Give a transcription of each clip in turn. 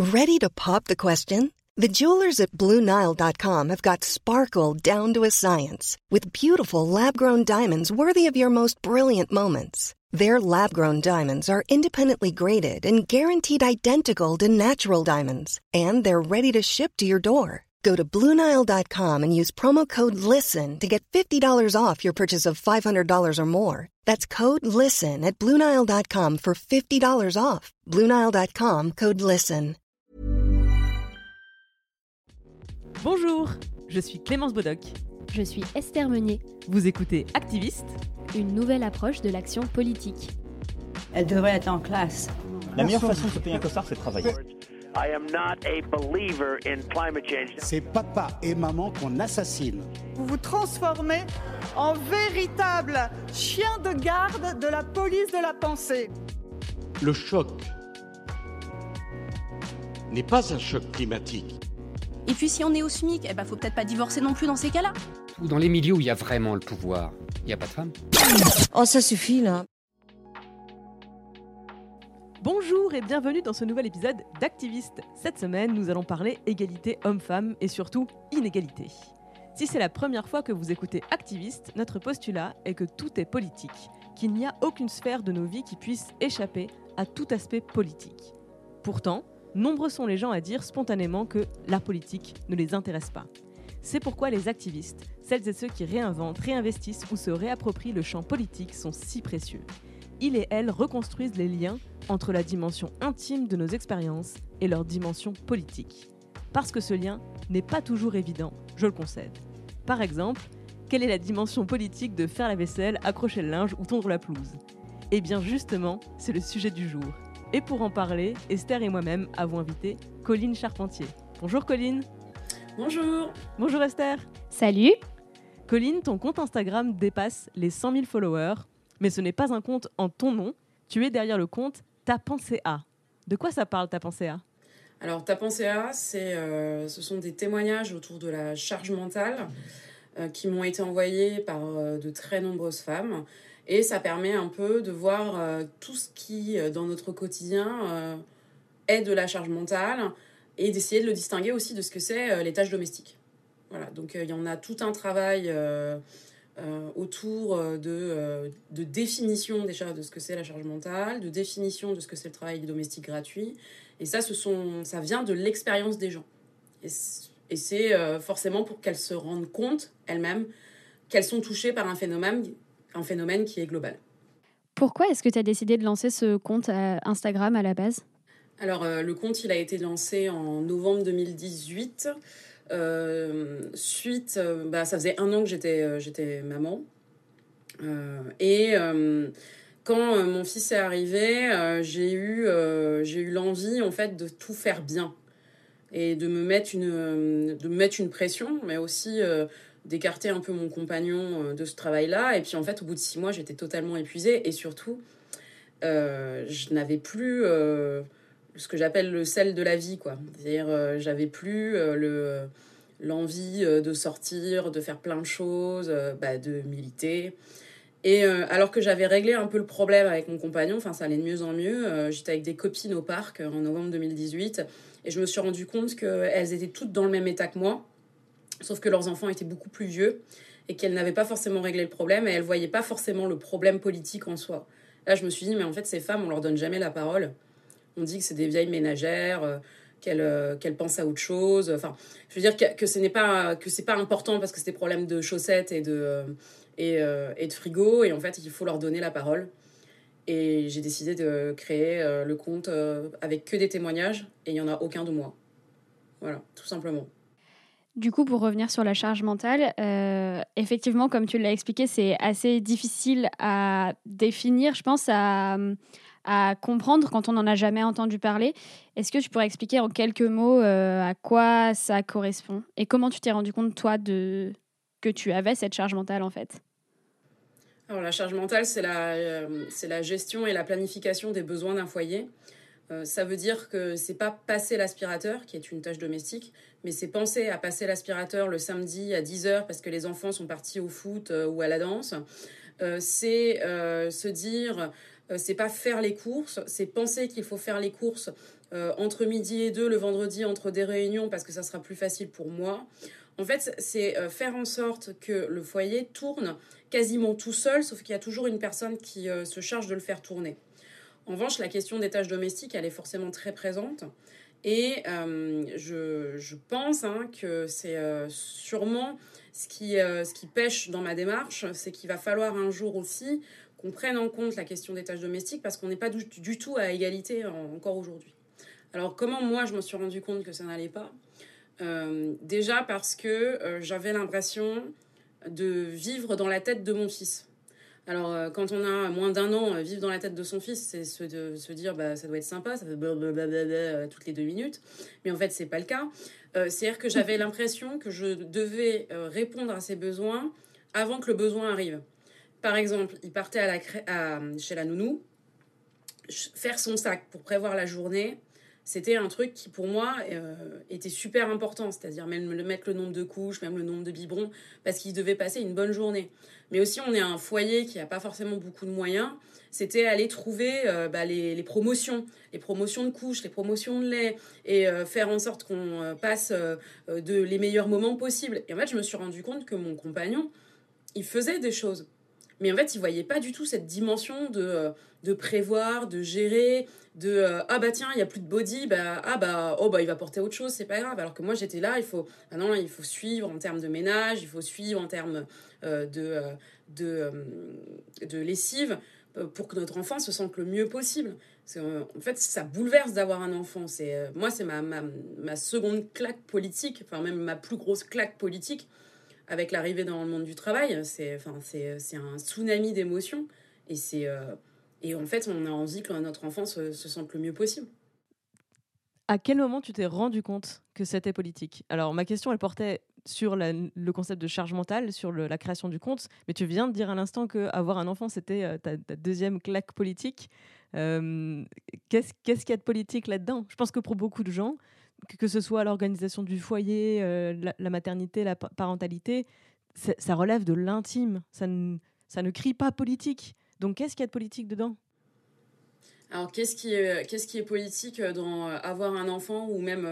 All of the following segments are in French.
Ready to pop the question? The jewelers at BlueNile.com have got sparkle down to a science with beautiful lab-grown diamonds worthy of your most brilliant moments. Their lab-grown diamonds are independently graded and guaranteed identical to natural diamonds, and they're ready to ship to your door. Go to BlueNile.com and use promo code LISTEN to get $50 off your purchase of $500 or more. That's code LISTEN at BlueNile.com for $50 off. BlueNile.com, code LISTEN. Bonjour, je suis Clémence Bodoc. Je suis Esther Meunier. Vous écoutez Activiste, une nouvelle approche de l'action politique. Elle devrait être en classe. La meilleure façon de se payer un costard, c'est de travailler. I am not a believer in climate change. C'est papa et maman qu'on assassine. Vous vous transformez en véritable chien de garde de la police de la pensée. Le choc n'est pas un choc climatique. Et puis si on est au SMIC, faut peut-être pas divorcer non plus dans ces cas-là. Dans les milieux où il y a vraiment le pouvoir, il n'y a pas de femmes. Oh, ça suffit là. Bonjour et bienvenue dans ce nouvel épisode d'Activiste. Cette semaine, nous allons parler égalité homme-femme et surtout inégalité. Si c'est la première fois que vous écoutez Activiste, notre postulat est que tout est politique, qu'il n'y a aucune sphère de nos vies qui puisse échapper à tout aspect politique. Pourtant, nombreux sont les gens à dire spontanément que la politique ne les intéresse pas. C'est pourquoi les activistes, celles et ceux qui réinventent, réinvestissent ou se réapproprient le champ politique sont si précieux. Ils et elles reconstruisent les liens entre la dimension intime de nos expériences et leur dimension politique. Parce que ce lien n'est pas toujours évident, je le concède. Par exemple, quelle est la dimension politique de faire la vaisselle, accrocher le linge ou tondre la pelouse ? Eh bien justement, c'est le sujet du jour. Et pour en parler, Esther et moi-même avons invité Colline Charpentier. Bonjour Colline. Bonjour. Bonjour Esther. Salut. Colline, ton compte Instagram dépasse les 100 000 followers, mais ce n'est pas un compte en ton nom. Tu es derrière le compte Ta Pensée A. De quoi ça parle, Ta Pensée A ? Alors, Ta Pensée A, ce sont des témoignages autour de la charge mentale qui m'ont été envoyés par de très nombreuses femmes. Et ça permet un peu de voir tout ce qui, dans notre quotidien, est de la charge mentale et d'essayer de le distinguer aussi de ce que c'est les tâches domestiques. Voilà, donc il y en a tout un travail autour de définition déjà de ce que c'est la charge mentale, de définition de ce que c'est le travail domestique gratuit. Et ça vient de l'expérience des gens. Et c'est forcément pour qu'elles se rendent compte elles-mêmes qu'elles sont touchées par un phénomène qui est global. Pourquoi est-ce que tu as décidé de lancer ce compte Instagram à la base ? Alors, le compte, il a été lancé en novembre 2018. Ça faisait 1 an que j'étais maman. Quand mon fils est arrivé, j'ai eu l'envie, en fait, de tout faire bien. Et de me mettre une pression, mais aussi d'écarter un peu mon compagnon de ce travail-là. Et puis, en fait, au bout de 6 mois, j'étais totalement épuisée. Et surtout, je n'avais plus ce que j'appelle le sel de la vie, quoi. C'est-à-dire, j'avais plus l'envie de sortir, de faire plein de choses, de militer. Et alors que j'avais réglé un peu le problème avec mon compagnon, ça allait de mieux en mieux, j'étais avec des copines au parc en novembre 2018 et je me suis rendu compte qu'elles étaient toutes dans le même état que moi, sauf que leurs enfants étaient beaucoup plus vieux et qu'elles n'avaient pas forcément réglé le problème et elles ne voyaient pas forcément le problème politique en soi. Là, je me suis dit, mais en fait, ces femmes, on leur donne jamais la parole. On dit que c'est des vieilles ménagères, qu'elles pensent à autre chose. Enfin, je veux dire que c'est pas important parce que c'est des problèmes de chaussettes et de frigo. Et en fait, il faut leur donner la parole. Et j'ai décidé de créer le compte avec que des témoignages. Et il n'y en a aucun de moi. Voilà, tout simplement. Du coup, pour revenir sur la charge mentale, effectivement, comme tu l'as expliqué, c'est assez difficile à définir, je pense, à comprendre quand on n'en a jamais entendu parler. Est-ce que tu pourrais expliquer en quelques mots à quoi ça correspond et comment tu t'es rendu compte, toi, que tu avais cette charge mentale, en fait ? Alors, la charge mentale, c'est la gestion et la planification des besoins d'un foyer. Ça veut dire que c'est pas passer l'aspirateur, qui est une tâche domestique, mais c'est penser à passer l'aspirateur le samedi à 10h parce que les enfants sont partis au foot ou à la danse. C'est se dire, c'est pas faire les courses, c'est penser qu'il faut faire les courses entre midi et 2 le vendredi entre des réunions parce que ça sera plus facile pour moi. En fait, c'est faire en sorte que le foyer tourne quasiment tout seul, sauf qu'il y a toujours une personne qui se charge de le faire tourner. En revanche, la question des tâches domestiques, elle est forcément très présente. Et je pense que c'est sûrement ce qui pêche dans ma démarche, c'est qu'il va falloir un jour aussi qu'on prenne en compte la question des tâches domestiques parce qu'on n'est pas du tout à égalité encore aujourd'hui. Alors comment moi je me suis rendu compte que ça n'allait pas ? Déjà parce que j'avais l'impression de vivre dans la tête de mon fils. Alors, quand on a moins d'1 an, vivre dans la tête de son fils, c'est se dire ça doit être sympa, ça fait blablabla toutes les 2 minutes. Mais en fait, c'est pas le cas. C'est-à-dire que j'avais l'impression que je devais répondre à ses besoins avant que le besoin arrive. Par exemple, il partait chez la nounou, faire son sac pour prévoir la journée. C'était un truc qui, pour moi, était super important. C'est-à-dire même mettre le nombre de couches, même le nombre de biberons, parce qu'il devait passer une bonne journée. Mais aussi, on est un foyer qui n'a pas forcément beaucoup de moyens. C'était aller trouver les promotions de couches, les promotions de lait, et faire en sorte qu'on passe les meilleurs moments possibles. Et en fait, je me suis rendu compte que mon compagnon, il faisait des choses. Mais en fait, il ne voyait pas du tout cette dimension de prévoir, de gérer, tiens, il n'y a plus de body, il va porter autre chose, c'est pas grave. Alors que moi, j'étais là, il faut suivre en termes de ménage, il faut suivre en termes de lessive pour que notre enfant se sente le mieux possible. En fait, ça bouleverse d'avoir un enfant. Moi, c'est ma seconde claque politique, enfin même ma plus grosse claque politique. Avec l'arrivée dans le monde du travail, c'est un tsunami d'émotions. Et en fait, on a envie que notre enfant se sente le mieux possible. À quel moment tu t'es rendu compte que c'était politique ? Alors, ma question, elle portait sur le concept de charge mentale, sur la création du compte, mais tu viens de dire à l'instant qu'avoir un enfant, c'était ta deuxième claque politique. Qu'est-ce qu'il y a de politique là-dedans ? Je pense que pour beaucoup de gens, que ce soit l'organisation du foyer, la maternité, la parentalité, ça relève de l'intime. Ça ne crie pas politique. Donc, qu'est-ce qu'il y a de politique dedans ? Alors, qu'est-ce qui est politique dans avoir un enfant ou même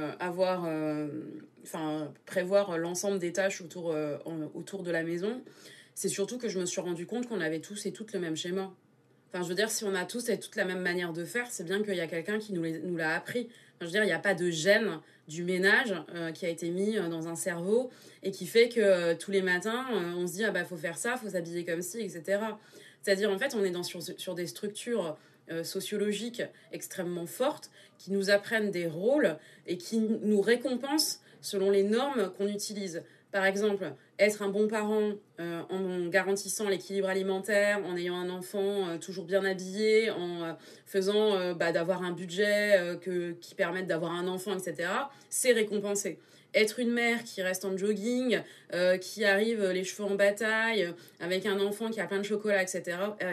prévoir l'ensemble des tâches autour de la maison ? C'est surtout que je me suis rendu compte qu'on avait tous et toutes le même schéma. Enfin, je veux dire, si on a tous et toutes la même manière de faire, c'est bien qu'il y a quelqu'un qui nous l'a appris. Enfin, je veux dire, il n'y a pas de gène du ménage qui a été mis dans un cerveau et qui fait que tous les matins, on se dit « faut faire ça, faut s'habiller comme ci, etc. » C'est-à-dire, en fait, on est sur des structures sociologiques extrêmement fortes qui nous apprennent des rôles et qui nous récompensent selon les normes qu'on utilise. Par exemple, être un bon parent en garantissant l'équilibre alimentaire, en ayant un enfant toujours bien habillé, en faisant d'avoir un budget qui permette d'avoir un enfant, etc., c'est récompensé. Être une mère qui reste en jogging, qui arrive les cheveux en bataille, avec un enfant qui a plein de chocolat, etc.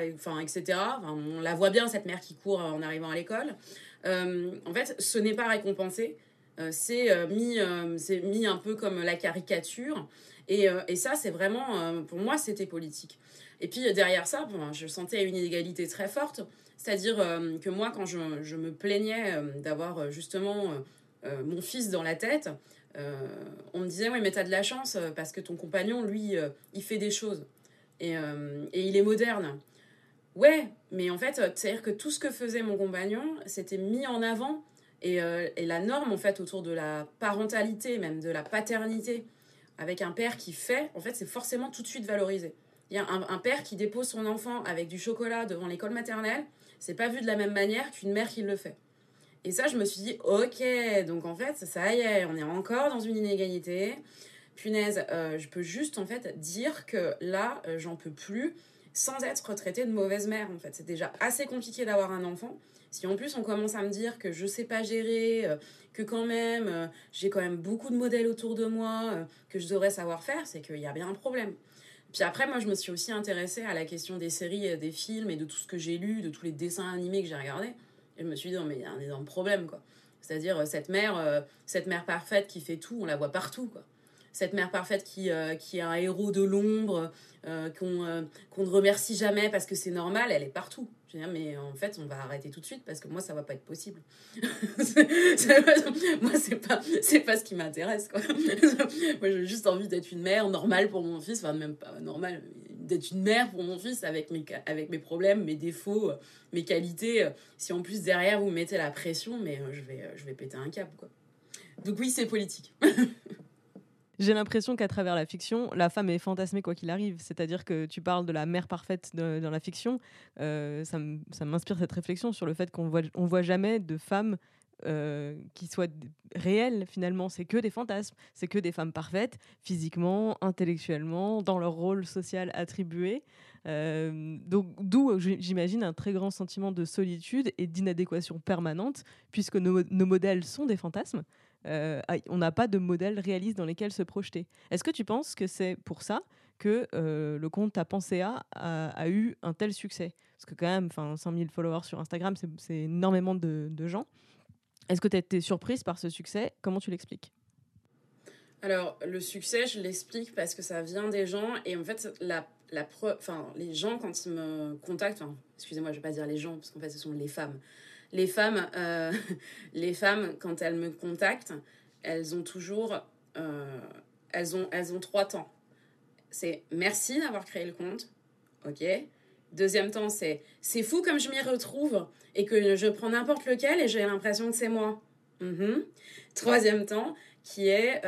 On la voit bien, cette mère qui court en arrivant à l'école. En fait, ce n'est pas récompensé. C'est mis un peu comme la caricature. Et ça, c'est vraiment... pour moi, c'était politique. Et puis, derrière ça, je sentais une inégalité très forte. C'est-à-dire que moi, quand je me plaignais d'avoir justement mon fils dans la tête... on me disait, ouais, mais t'as de la chance parce que ton compagnon, lui, il fait des choses et il est moderne. Ouais, mais en fait, c'est-à-dire que tout ce que faisait mon compagnon, c'était mis en avant et la norme, en fait, autour de la parentalité, même de la paternité, avec un père qui fait, en fait, c'est forcément tout de suite valorisé. Il y a un père qui dépose son enfant avec du chocolat devant l'école maternelle, c'est pas vu de la même manière qu'une mère qui le fait. Et ça, je me suis dit, ok, donc en fait, ça y est, on est encore dans une inégalité. Punaise, je peux juste en fait dire que là, j'en peux plus sans être traitée de mauvaise mère. En fait, c'est déjà assez compliqué d'avoir un enfant. Si en plus on commence à me dire que je sais pas gérer, que quand même, j'ai quand même beaucoup de modèles autour de moi, que je devrais savoir faire, c'est qu'il y a bien un problème. Puis après, moi, je me suis aussi intéressée à la question des séries, des films et de tout ce que j'ai lu, de tous les dessins animés que j'ai regardés. Et je me suis dit, non, mais il y a un énorme problème, quoi. C'est-à-dire, cette mère parfaite qui fait tout, on la voit partout, quoi. cette mère parfaite qui est un héros de l'ombre, qu'on ne remercie jamais parce que c'est normal, elle est partout. Je veux dire, mais en fait, on va arrêter tout de suite parce que moi, ça va pas être possible. Moi, c'est pas ce qui m'intéresse, quoi. Moi, j'ai juste envie d'être une mère normale pour mon fils, enfin, même pas normale, d'être une mère pour mon fils avec mes problèmes, mes défauts, mes qualités. Si en plus, derrière, vous mettez la pression, mais je vais péter un câble, quoi. Donc oui, c'est politique. J'ai l'impression qu'à travers la fiction, la femme est fantasmée quoi qu'il arrive. C'est-à-dire que tu parles de la mère parfaite dans la fiction. Ça m'inspire cette réflexion sur le fait qu'on voit jamais de femmes qui soient réelles finalement. C'est que des fantasmes. C'est que des femmes parfaites, physiquement, intellectuellement, dans leur rôle social attribué. Donc, d'où j'imagine un très grand sentiment de solitude et d'inadéquation permanente, puisque nos modèles sont des fantasmes. On n'a pas de modèle réaliste dans lesquels se projeter. Est-ce que tu penses que c'est pour ça que le compte Ta Pensée a eu un tel succès ? Parce que quand même, 100 000 followers sur Instagram, c'est énormément de gens. Est-ce que tu as été surprise par ce succès ? Comment tu l'expliques ? Alors, le succès, je l'explique parce que ça vient des gens. Et en fait, les gens, quand ils me contactent... excusez-moi, je ne vais pas dire les gens, parce qu'en fait, ce sont les femmes. Les femmes, quand elles me contactent, elles ont toujours... elles ont 3 temps. C'est « merci d'avoir créé le compte ». Ok. Deuxième temps, c'est « c'est fou comme je m'y retrouve et que je prends n'importe lequel et j'ai l'impression que c'est moi ». Troisième temps, qui est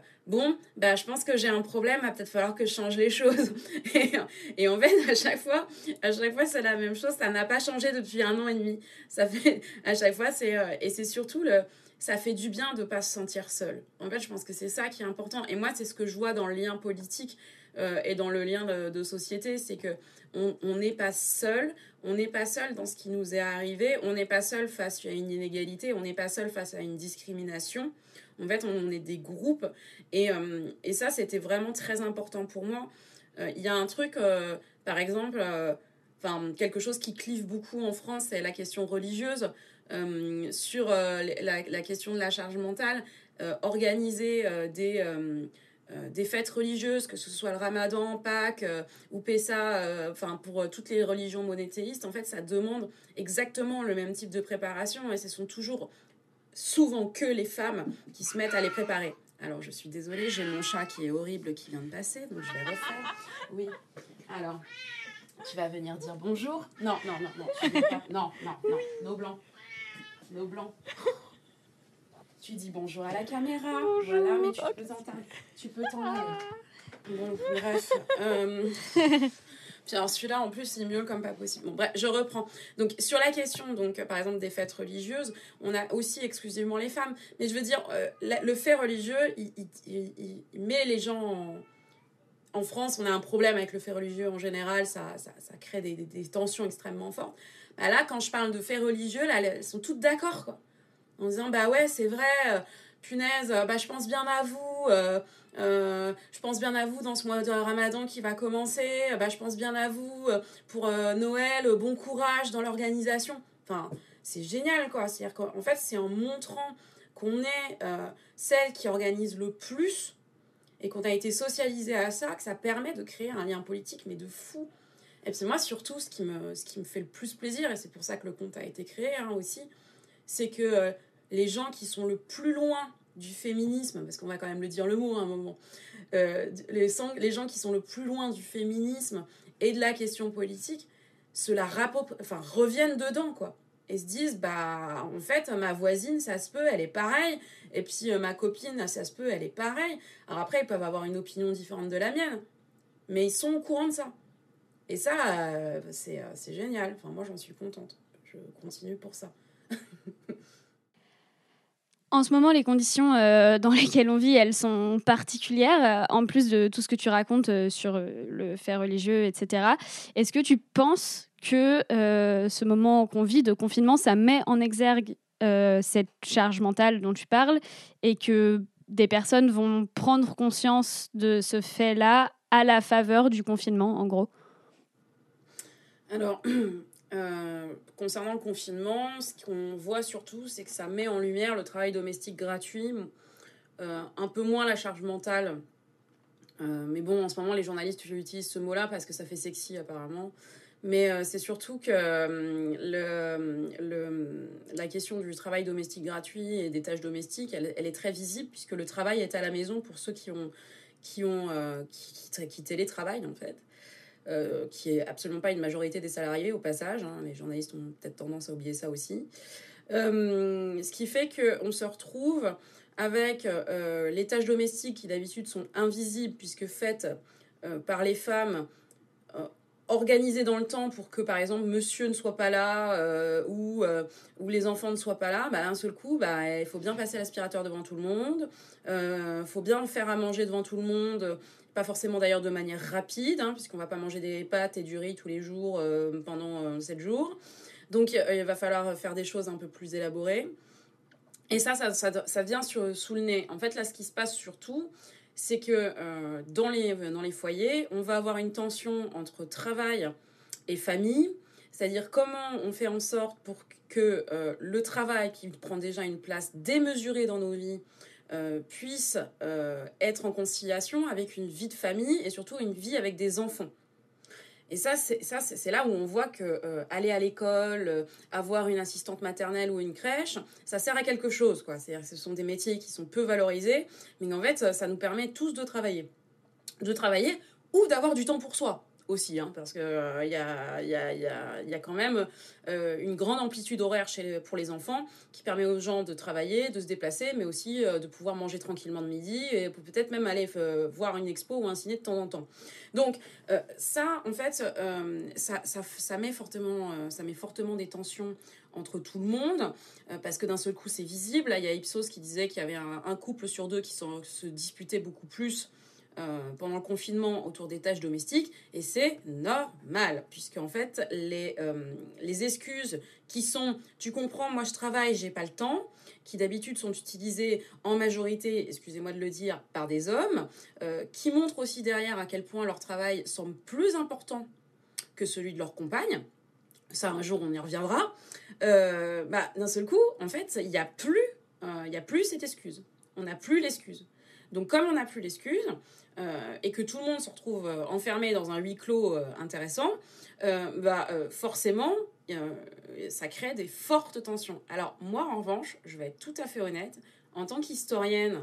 je pense que j'ai un problème, va peut-être falloir que je change les choses. Et en fait, à chaque fois, c'est la même chose. Ça n'a pas changé depuis 1 an et demi. Ça fait, à chaque fois, c'est surtout ça fait du bien de ne pas se sentir seul. En fait, je pense que c'est ça qui est important. Et moi, c'est ce que je vois dans le lien politique et dans le lien de société, c'est que on n'est pas seul. On n'est pas seul dans ce qui nous est arrivé. On n'est pas seul face à une inégalité. On n'est pas seul face à une discrimination. En fait, on est des groupes. Et ça, c'était vraiment très important pour moi. Il y a un truc, par exemple, quelque chose qui clive beaucoup en France, c'est la question religieuse. Sur la question de la charge mentale, organiser des fêtes religieuses, que ce soit le Ramadan, Pâques ou Pessa, pour toutes les religions monothéistes, en fait, ça demande exactement le même type de préparation et ce sont souvent que les femmes qui se mettent à les préparer. Alors, je suis désolée, j'ai mon chat qui est horrible qui vient de passer, donc je vais refaire. Oui. Alors, tu vas venir dire bonjour. Non, tu dis pas. Non, nos blancs. Tu dis bonjour à la caméra. Bonjour. Voilà, mais tu peux t'en aller. Bon, bref. Puis alors celui-là, en plus, il miaule comme pas possible. Bon, bref, je reprends. Donc, sur la question, donc, par exemple, des fêtes religieuses, on a aussi exclusivement les femmes. Mais je veux dire, le fait religieux, il met les gens en France. On a un problème avec le fait religieux en général. Ça crée des tensions extrêmement fortes. Bah là, quand je parle de faits religieux, là, elles sont toutes d'accord, quoi. En disant, bah ouais, c'est vrai, punaise, je pense bien à vous, je pense bien à vous dans ce mois de Ramadan qui va commencer, je pense bien à vous pour Noël, bon courage dans l'organisation. Enfin, c'est génial, quoi. C'est-à-dire qu'en fait, c'est en montrant qu'on est celle qui organise le plus et qu'on a été socialisé à ça, que ça permet de créer un lien politique, mais de fou. Et puis moi, surtout, ce qui me fait le plus plaisir, et c'est pour ça que le compte a été créé aussi, c'est que les gens qui sont le plus loin du féminisme, parce qu'on va quand même le dire le mot à un moment, les gens qui sont le plus loin du féminisme et de la question politique, reviennent dedans, quoi. Et se disent, en fait, ma voisine, ça se peut, elle est pareille, et puis ma copine, ça se peut, elle est pareille. Alors après, ils peuvent avoir une opinion différente de la mienne, mais ils sont au courant de ça. Et ça, c'est génial. Enfin, moi, j'en suis contente. Je continue pour ça. En ce moment, les conditions dans lesquelles on vit, elles sont particulières, en plus de tout ce que tu racontes sur le fait religieux, etc. Est-ce que tu penses que ce moment qu'on vit de confinement, ça met en exergue cette charge mentale dont tu parles et que des personnes vont prendre conscience de ce fait-là à la faveur du confinement, en gros ? Alors... concernant le confinement, ce qu'on voit surtout, c'est que ça met en lumière le travail domestique gratuit, un peu moins la charge mentale Mais bon, en ce moment, les journalistes utilisent ce mot-là parce que ça fait sexy, apparemment. Mais c'est surtout que la question du travail domestique gratuit et des tâches domestiques, elle est très visible puisque le travail est à la maison pour ceux qui télétravaillent, en fait. Qui est absolument pas une majorité des salariés, au passage. Hein. Les journalistes ont peut-être tendance à oublier ça aussi. Ce qui fait qu'on se retrouve avec les tâches domestiques qui d'habitude sont invisibles puisque faites par les femmes, organisées dans le temps pour que par exemple monsieur ne soit pas là ou les enfants ne soient pas là, d'un seul coup il faut bien passer l'aspirateur devant tout le monde, faut bien faire à manger devant tout le monde, pas forcément d'ailleurs de manière rapide, puisqu'on va pas manger des pâtes et du riz tous les jours pendant 7 jours. Donc il va falloir faire des choses un peu plus élaborées. Et ça vient sous le nez. En fait, là, ce qui se passe surtout, c'est que dans les foyers, on va avoir une tension entre travail et famille. C'est-à-dire comment on fait en sorte pour que le travail, qui prend déjà une place démesurée dans nos vies, puisse être en conciliation avec une vie de famille et surtout une vie avec des enfants. Et c'est là où on voit que aller à l'école, avoir une assistante maternelle ou une crèche, ça sert à quelque chose, quoi. C'est-à-dire que ce sont des métiers qui sont peu valorisés, mais en fait, ça nous permet tous de travailler ou d'avoir du temps pour soi aussi, parce que y a quand même une grande amplitude horaire pour les enfants qui permet aux gens de travailler, de se déplacer, mais aussi de pouvoir manger tranquillement de midi et peut-être même aller voir une expo ou un ciné de temps en temps. Donc ça, en fait, ça met fortement des tensions entre tout le monde, parce que d'un seul coup, c'est visible. Là, il y a Ipsos qui disait qu'il y avait un couple sur 2 qui se disputait beaucoup plus pendant le confinement autour des tâches domestiques, et c'est normal, puisque en fait les excuses qui sont « tu comprends, moi je travaille, j'ai pas le temps », qui d'habitude sont utilisées en majorité, excusez-moi de le dire, par des hommes, qui montrent aussi derrière à quel point leur travail semble plus important que celui de leur compagne. Ça, un jour on y reviendra. D'un seul coup, en fait, il y a plus cette excuse, on n'a plus l'excuse. Donc comme on n'a plus l'excuse, et que tout le monde se retrouve enfermé dans un huis clos intéressant, forcément, ça crée des fortes tensions. Alors moi, en revanche, je vais être tout à fait honnête, en tant qu'historienne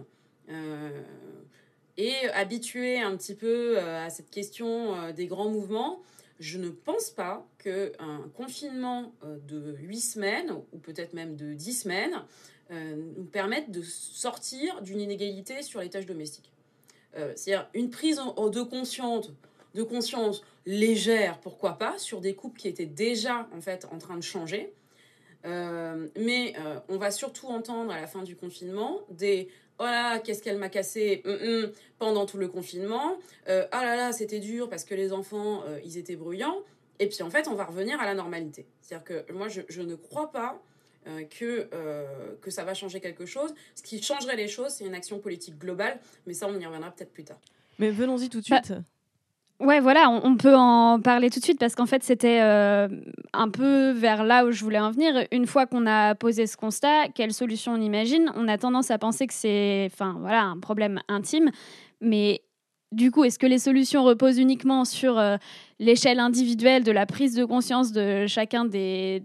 et habituée un petit peu à cette question des grands mouvements, je ne pense pas qu'un confinement de 8 semaines, ou peut-être même de 10 semaines, nous permettent de sortir d'une inégalité sur les tâches domestiques. C'est-à-dire une prise de conscience légère, pourquoi pas, sur des couples qui étaient déjà en fait en train de changer. Mais on va surtout entendre à la fin du confinement des « Oh là là, qu'est-ce qu'elle m'a cassé pendant tout le confinement. Ah là là, c'était dur parce que les enfants, ils étaient bruyants. » Et puis en fait, on va revenir à la normalité. C'est-à-dire que moi, je ne crois pas que ça va changer quelque chose. Ce qui changerait les choses, c'est une action politique globale, mais ça, on y reviendra peut-être plus tard. Mais venons-y tout de suite. Ouais, voilà, on peut en parler tout de suite parce qu'en fait, c'était un peu vers là où je voulais en venir. Une fois qu'on a posé ce constat, quelle solution on imagine ? On a tendance à penser que c'est un problème intime, mais du coup, est-ce que les solutions reposent uniquement sur l'échelle individuelle de la prise de conscience de chacun des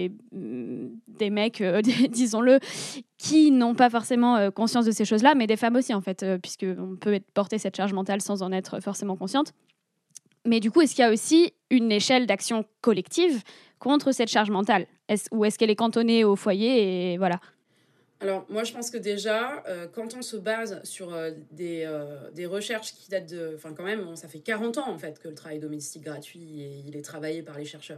mecs, disons-le, qui n'ont pas forcément conscience de ces choses-là, mais des femmes aussi, en fait, puisqu'on peut porter cette charge mentale sans en être forcément consciente. Mais du coup, est-ce qu'il y a aussi une échelle d'action collective contre cette charge mentale ? Ou est-ce qu'elle est cantonnée au foyer et voilà ? Alors, moi, je pense que déjà, quand on se base sur des recherches qui datent de... Enfin, quand même, ça fait 40 ans, en fait, que le travail domestique gratuit, il est travaillé par les chercheurs.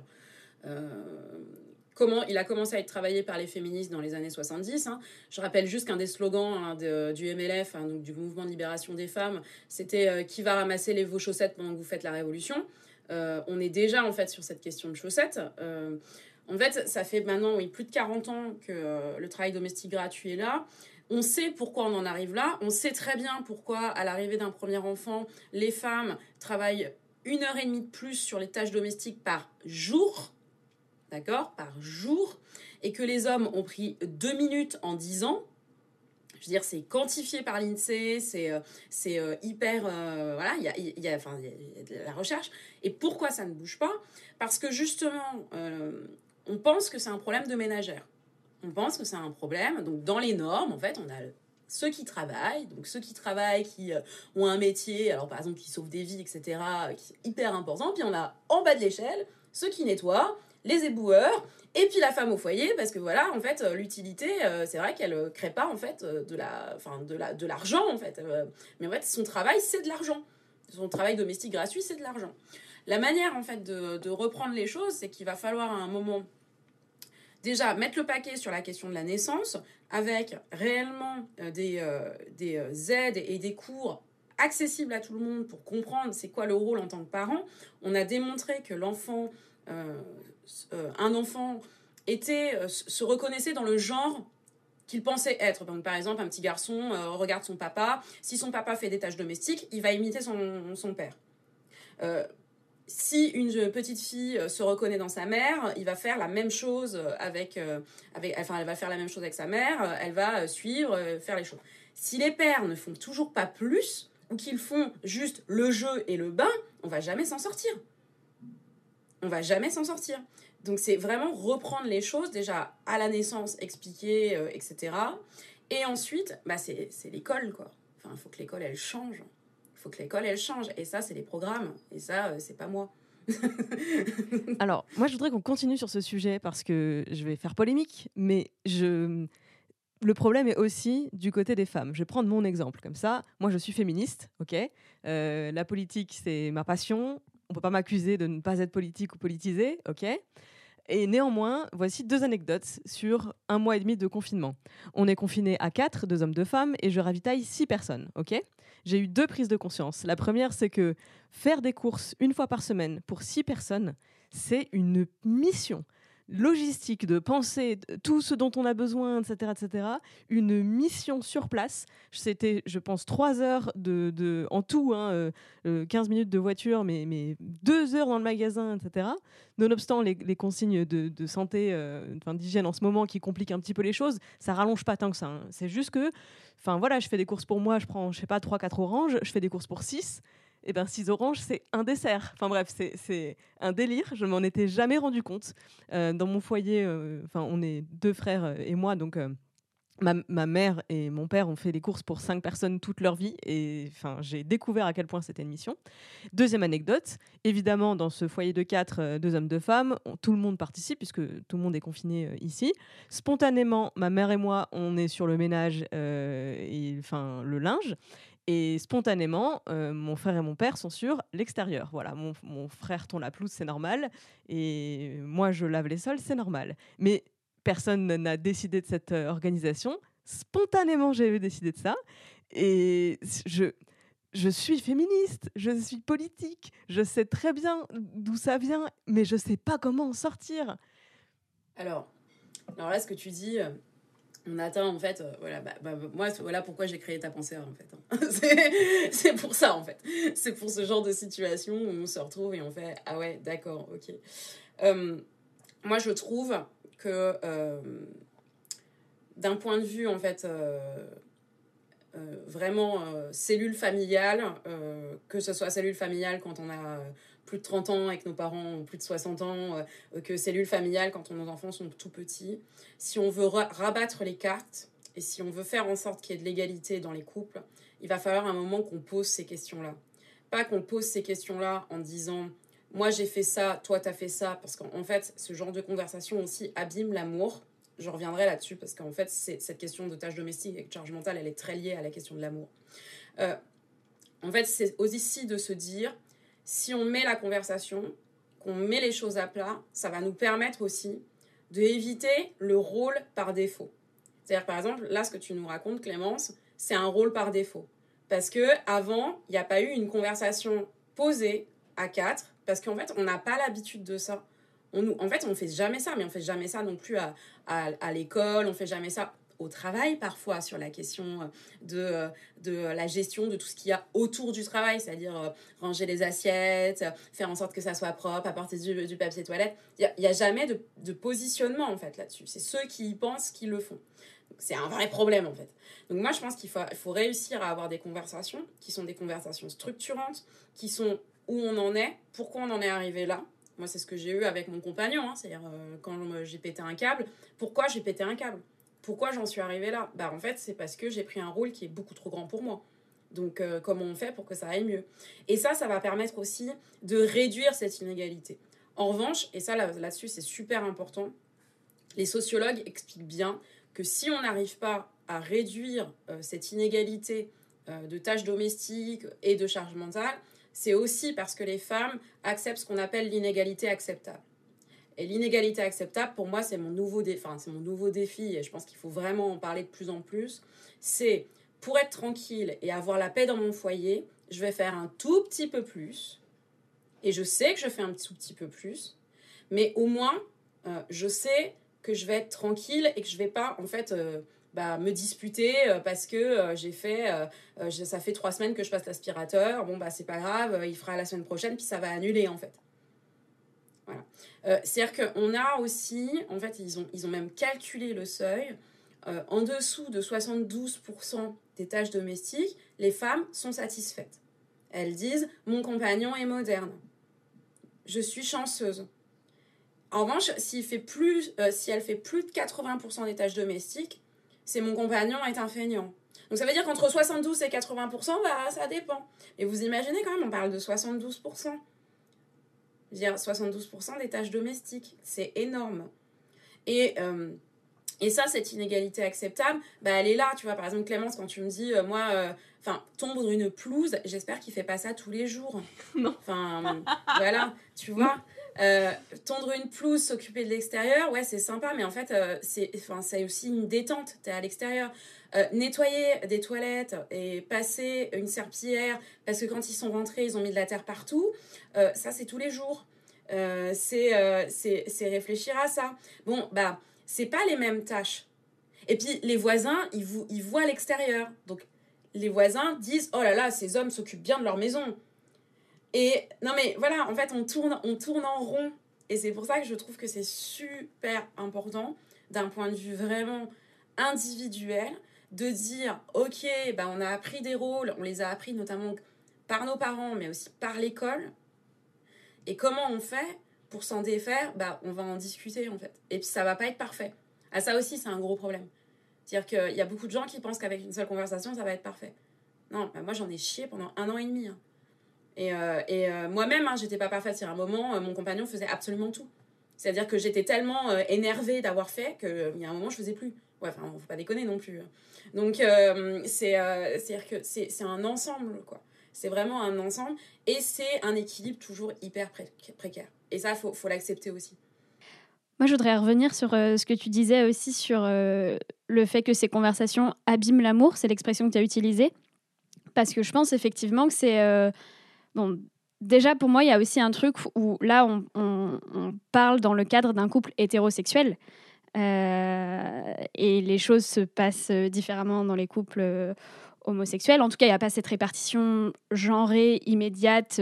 Il a commencé à être travaillé par les féministes dans les années 70. Je rappelle juste qu'un des slogans du MLF, donc du Mouvement de Libération des Femmes, c'était « Qui va ramasser vos chaussettes pendant que vous faites la révolution ?» On est déjà, en fait, sur cette question de chaussettes. En fait, ça fait maintenant plus de 40 ans que le travail domestique gratuit est là. On sait pourquoi on en arrive là. On sait très bien pourquoi, à l'arrivée d'un premier enfant, les femmes travaillent 1h30 de plus sur les tâches domestiques par jour. D'accord ? Par jour. Et que les hommes ont pris 2 minutes en 10 ans. Je veux dire, c'est quantifié par l'INSEE, c'est hyper... voilà, il y a de la recherche. Et pourquoi ça ne bouge pas ? Parce que justement, on pense que c'est un problème de ménagère. On pense que c'est un problème. Donc, dans les normes, en fait, on a ceux qui travaillent, qui ont un métier, alors par exemple, qui sauvent des vies, etc., qui est hyper important. Puis on a en bas de l'échelle ceux qui nettoient, les éboueurs, et puis la femme au foyer, parce que voilà, en fait, l'utilité, c'est vrai qu'elle crée pas, en fait, de l'argent, en fait. Mais en fait, son travail, c'est de l'argent. Son travail domestique gratuit, c'est de l'argent. La manière, en fait, de reprendre les choses, c'est qu'il va falloir à un moment, déjà, mettre le paquet sur la question de la naissance, avec réellement des aides et des cours accessibles à tout le monde pour comprendre c'est quoi le rôle en tant que parent. On a démontré que un enfant se reconnaissait dans le genre qu'il pensait être. Donc, par exemple, un petit garçon regarde son papa. Si son papa fait des tâches domestiques, il va imiter son père. Si une petite fille se reconnaît dans sa mère, il va faire la même chose elle va faire la même chose avec sa mère, elle va suivre, faire les choses. Si les pères ne font toujours pas plus, ou qu'ils font juste le jeu et le bain, on va jamais s'en sortir. On va jamais s'en sortir. Donc c'est vraiment reprendre les choses, déjà à la naissance, expliquer, etc. Et ensuite, c'est l'école, quoi. Enfin, il faut que l'école, elle change. Il faut que l'école, elle change. Et ça, c'est les programmes. Et ça, c'est pas moi. Alors, moi, je voudrais qu'on continue sur ce sujet parce que je vais faire polémique, mais le problème est aussi du côté des femmes. Je vais prendre mon exemple. Comme ça, moi, je suis féministe, ok ? La politique, c'est ma passion. On ne peut pas m'accuser de ne pas être politique ou politisée, ok ? Et néanmoins, voici 2 anecdotes sur 1 mois et demi de confinement. On est confinés à 4, 2 hommes, 2 femmes, et je ravitaille 6 personnes, ok ? J'ai eu 2 prises de conscience. La première, c'est que faire des courses 1 fois par semaine pour 6 personnes, c'est une mission logistique de penser tout ce dont on a besoin, etc., etc. Une mission sur place. C'était, je pense, 3 heures en tout, 15 minutes de voiture, mais 2 heures dans le magasin, etc. Nonobstant les consignes de santé, d'hygiène en ce moment qui compliquent un petit peu les choses, ça rallonge pas tant que ça. C'est juste que, je fais des courses pour moi, je prends, 3-4 oranges, je fais des courses pour 6. Et 6 oranges, c'est un dessert. Enfin bref, c'est un délire. Je m'en étais jamais rendu compte. Dans mon foyer, on est 2 frères et moi, donc ma mère et mon père ont fait les courses pour 5 personnes toute leur vie. Et j'ai découvert à quel point c'était une mission. Deuxième anecdote, évidemment, dans ce foyer de 4, 2 hommes, 2 femmes, tout le monde participe puisque tout le monde est confiné ici. Spontanément, ma mère et moi, on est sur le ménage le linge. Et spontanément, mon frère et mon père sont sur l'extérieur. Voilà, mon frère tourne la pelouse, c'est normal. Et moi, je lave les sols, c'est normal. Mais personne n'a décidé de cette organisation. Spontanément, j'ai décidé de ça. Et je suis féministe, je suis politique. Je sais très bien d'où ça vient, mais je ne sais pas comment en sortir. Alors là, ce que tu dis... On atteint, en fait, moi, voilà pourquoi j'ai créé Ta Pensée, en fait. C'est pour ça, en fait. C'est pour ce genre de situation où on se retrouve et on fait « Ah ouais, d'accord, ok ». Moi, je trouve que, d'un point de vue, en fait, vraiment cellule familiale, que ce soit cellule familiale quand on a plus de 30 ans et que nos parents ont plus de 60 ans, que cellule familiale quand nos enfants sont tout petits. Si on veut rabattre les cartes et si on veut faire en sorte qu'il y ait de l'égalité dans les couples, il va falloir un moment qu'on pose ces questions-là. Pas qu'on pose ces questions-là en disant « moi j'ai fait ça, toi t'as fait ça », parce qu'en fait, ce genre de conversation aussi abîme l'amour. Je reviendrai là-dessus parce qu'en fait, cette question de tâches domestiques et de charge mentale, elle est très liée à la question de l'amour. En fait, c'est aussi de se dire, si on met la conversation, qu'on met les choses à plat, ça va nous permettre aussi d'éviter le rôle par défaut. C'est-à-dire, par exemple, là, ce que tu nous racontes, Clémence, c'est un rôle par défaut. Parce qu'avant, il n'y a pas eu une conversation posée à 4, parce qu'en fait, on n'a pas l'habitude de ça. En fait, on ne fait jamais ça, mais on ne fait jamais ça non plus à l'école, on ne fait jamais ça au travail parfois, sur la question de la gestion de tout ce qu'il y a autour du travail, c'est-à-dire ranger les assiettes, faire en sorte que ça soit propre, apporter du papier toilette. Il n'y a jamais de positionnement en fait là-dessus. C'est ceux qui y pensent qui le font. C'est un vrai problème, en fait. Donc moi, je pense qu'il faut réussir à avoir des conversations qui sont des conversations structurantes, qui sont où on en est, pourquoi on en est arrivé là. Moi, c'est ce que j'ai eu avec mon compagnon, hein, c'est-à-dire quand j'ai pété un câble. Pourquoi j'ai pété un câble ? Pourquoi j'en suis arrivée là ? En fait, c'est parce que j'ai pris un rôle qui est beaucoup trop grand pour moi. Donc, comment on fait pour que ça aille mieux ? Et ça va permettre aussi de réduire cette inégalité. En revanche, et ça, là-dessus, c'est super important, les sociologues expliquent bien que si on n'arrive pas à réduire cette inégalité de tâches domestiques et de charge mentale, c'est aussi parce que les femmes acceptent ce qu'on appelle l'inégalité acceptable. Et l'inégalité acceptable, pour moi, c'est mon nouveau défi, et je pense qu'il faut vraiment en parler de plus en plus. C'est, pour être tranquille et avoir la paix dans mon foyer, je vais faire un tout petit peu plus, et je sais que je fais un tout petit peu plus, mais au moins, je sais que je vais être tranquille et que je vais pas, en fait, me disputer parce que ça fait 3 semaines que je passe l'aspirateur. C'est pas grave, il fera la semaine prochaine, puis ça va annuler, en fait. Voilà. C'est-à-dire qu'on a aussi, en fait, ils ont même calculé le seuil. En dessous de 72% des tâches domestiques, les femmes sont satisfaites. Elles disent « Mon compagnon est moderne. Je suis chanceuse. » En revanche, si elle fait plus de 80% des tâches domestiques, c'est mon compagnon est un feignant. Donc ça veut dire qu'entre 72 et 80%, ça dépend. Et vous imaginez quand même, on parle de 72%. Je veux dire, 72% des tâches domestiques, c'est énorme. Et ça, cette inégalité acceptable, elle est là. Tu vois, par exemple, Clémence, quand tu me dis, tondre une pelouse, j'espère qu'il fait pas ça tous les jours. Non. Voilà, tu vois. Tondre une pelouse, s'occuper de l'extérieur, ouais, c'est sympa, mais en fait, c'est aussi une détente. T'es à l'extérieur. Nettoyer des toilettes et passer une serpillière, parce que quand ils sont rentrés, ils ont mis de la terre partout, ça, c'est tous les jours. C'est réfléchir à ça. C'est pas les mêmes tâches. Et puis, les voisins, ils voient l'extérieur. Donc, les voisins disent « Oh là là, ces hommes s'occupent bien de leur maison. » Et non mais voilà, en fait, on tourne en rond. Et c'est pour ça que je trouve que c'est super important, d'un point de vue vraiment individuel, de dire « Ok, on a appris des rôles, on les a appris notamment par nos parents, mais aussi par l'école. Et comment on fait pour s'en défaire ? On va en discuter, en fait. Et puis, ça va pas être parfait. Ah, ça aussi, c'est un gros problème. C'est-à-dire qu'il y a beaucoup de gens qui pensent qu'avec une seule conversation, ça va être parfait. Non, moi, j'en ai chié pendant 1 an et demi. Hein. Et moi-même, j'étais pas parfaite. À un moment, mon compagnon faisait absolument tout. C'est-à-dire que j'étais tellement énervée d'avoir fait qu'il y a un moment, je faisais plus. Ouais, faut pas déconner non plus. Donc, c'est-à-dire que c'est un ensemble, quoi. C'est vraiment un ensemble. Et c'est un équilibre toujours hyper précaire. Et ça, faut l'accepter aussi. Moi, je voudrais revenir sur ce que tu disais aussi sur le fait que ces conversations abîment l'amour. C'est l'expression que tu as utilisée. Parce que je pense effectivement que c'est... déjà, pour moi, il y a aussi un truc où là, on parle dans le cadre d'un couple hétérosexuel. Et les choses se passent différemment dans les couples homosexuels. En tout cas, il n'y a pas cette répartition genrée, immédiate,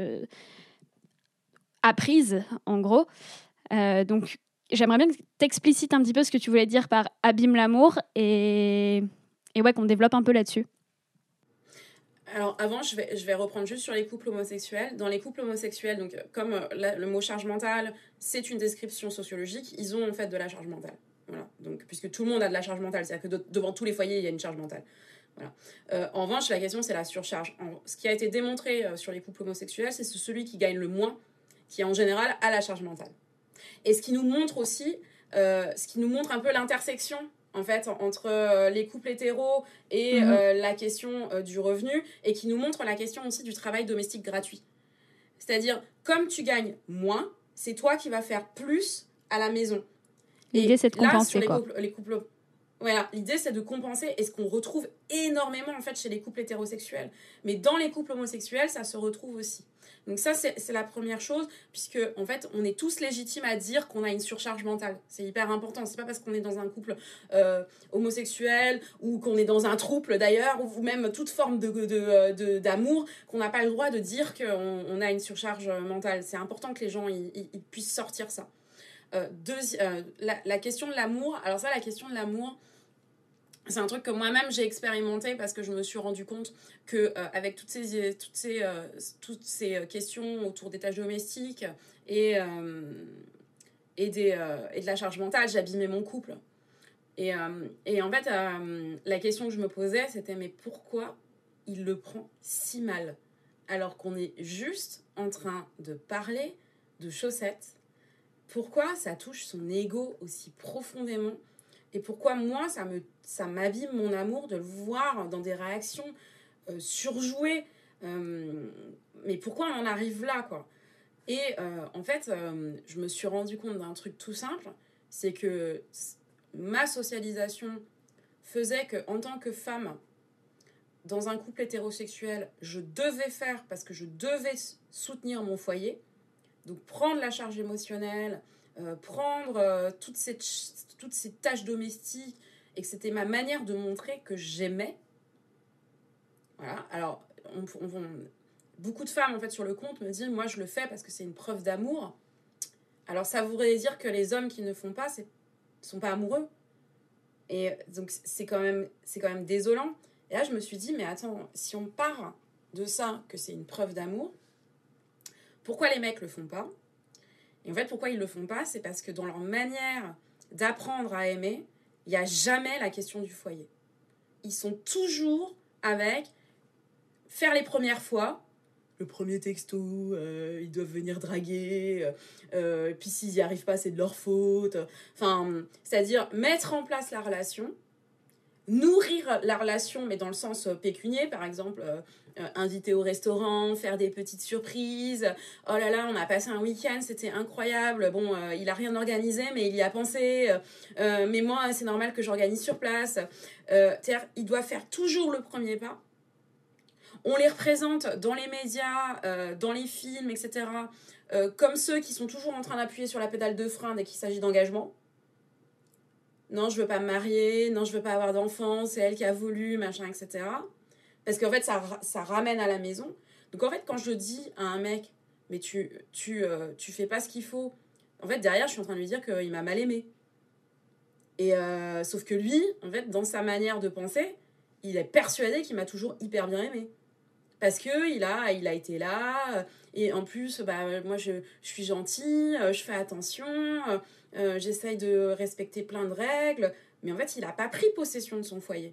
apprise, en gros. Donc, j'aimerais bien que tu explicites un petit peu ce que tu voulais dire par « abîme l'amour » et ouais, qu'on développe un peu là-dessus. Alors avant, je vais reprendre juste sur les couples homosexuels. Dans les couples homosexuels, donc comme le mot charge mentale, c'est une description sociologique, ils ont en fait de la charge mentale. Voilà. Donc, puisque tout le monde a de la charge mentale, c'est-à-dire que devant tous les foyers, il y a une charge mentale. Voilà. En revanche, la question, c'est la surcharge. Ce qui a été démontré sur les couples homosexuels, c'est celui qui gagne le moins, qui en général a la charge mentale. Et ce qui nous montre aussi, un peu l'intersection en fait, entre les couples hétéros et la question du revenu, et qui nous montre la question aussi du travail domestique gratuit. C'est-à-dire, comme tu gagnes moins, c'est toi qui vas faire plus à la maison. L'idée, c'est de compenser, sur les couples, voilà, l'idée, c'est de compenser, et ce qu'on retrouve énormément, en fait, chez les couples hétérosexuels. Mais dans les couples homosexuels, ça se retrouve aussi. Donc ça, c'est la première chose, puisque, en fait, on est tous légitimes à dire qu'on a une surcharge mentale. C'est hyper important. C'est pas parce qu'on est dans un couple homosexuel, ou qu'on est dans un trouble, d'ailleurs, ou même toute forme d'amour, qu'on n'a pas le droit de dire qu'on a une surcharge mentale. C'est important que les gens ils puissent sortir ça. La question de l'amour, alors ça, la question de l'amour, c'est un truc que moi-même j'ai expérimenté parce que je me suis rendu compte que avec toutes ces questions autour des tâches domestiques et de la charge mentale, j'abîmais mon couple. Et en fait, la question que je me posais, c'était mais pourquoi il le prend si mal alors qu'on est juste en train de parler de chaussettes? Pourquoi ça touche son ego aussi profondément? Et pourquoi moi, ça m'abîme mon amour de le voir dans des réactions surjouées? Mais pourquoi on en arrive là, quoi? Et en fait, je me suis rendu compte d'un truc tout simple, c'est que ma socialisation faisait qu'en tant que femme, dans un couple hétérosexuel, je devais faire parce que je devais soutenir mon foyer, donc prendre la charge émotionnelle, prendre toutes ces tâches domestiques, et que c'était ma manière de montrer que j'aimais. Voilà. Alors, beaucoup de femmes en fait sur le compte me disent moi je le fais parce que c'est une preuve d'amour. Alors ça voudrait dire que les hommes qui ne font pas sont pas amoureux. Et donc c'est quand même désolant. Et là je me suis dit mais attends, si on part de ça que c'est une preuve d'amour, pourquoi les mecs le font pas? Et en fait pourquoi ils le font pas, c'est parce que dans leur manière d'apprendre à aimer, il n'y a jamais la question du foyer. Ils sont toujours avec faire les premières fois, le premier texto, ils doivent venir draguer, puis s'ils n'y arrivent pas, c'est de leur faute. Enfin, c'est-à-dire mettre en place la relation, nourrir la relation, mais dans le sens pécunier, par exemple, inviter au restaurant, faire des petites surprises. Oh là là, on a passé un week-end, c'était incroyable. Bon, il a rien organisé, mais il y a pensé. Mais moi, c'est normal que j'organise sur place. C'est-à-dire, il doit faire toujours le premier pas. On les représente dans les médias, dans les films, etc. Comme ceux qui sont toujours en train d'appuyer sur la pédale de frein dès qu'il s'agit d'engagement. Non, je veux pas me marier, non, je veux pas avoir d'enfants, c'est elle qui a voulu, machin, etc. Parce qu'en fait, ça ramène à la maison. Donc en fait, quand je dis à un mec, mais tu fais pas ce qu'il faut, en fait, derrière, je suis en train de lui dire qu'il m'a mal aimé. Et sauf que lui, en fait, dans sa manière de penser, il est persuadé qu'il m'a toujours hyper bien aimé. Parce qu'il a été là, et en plus, moi, je suis gentille, je fais attention, j'essaye de respecter plein de règles, mais en fait, il n'a pas pris possession de son foyer.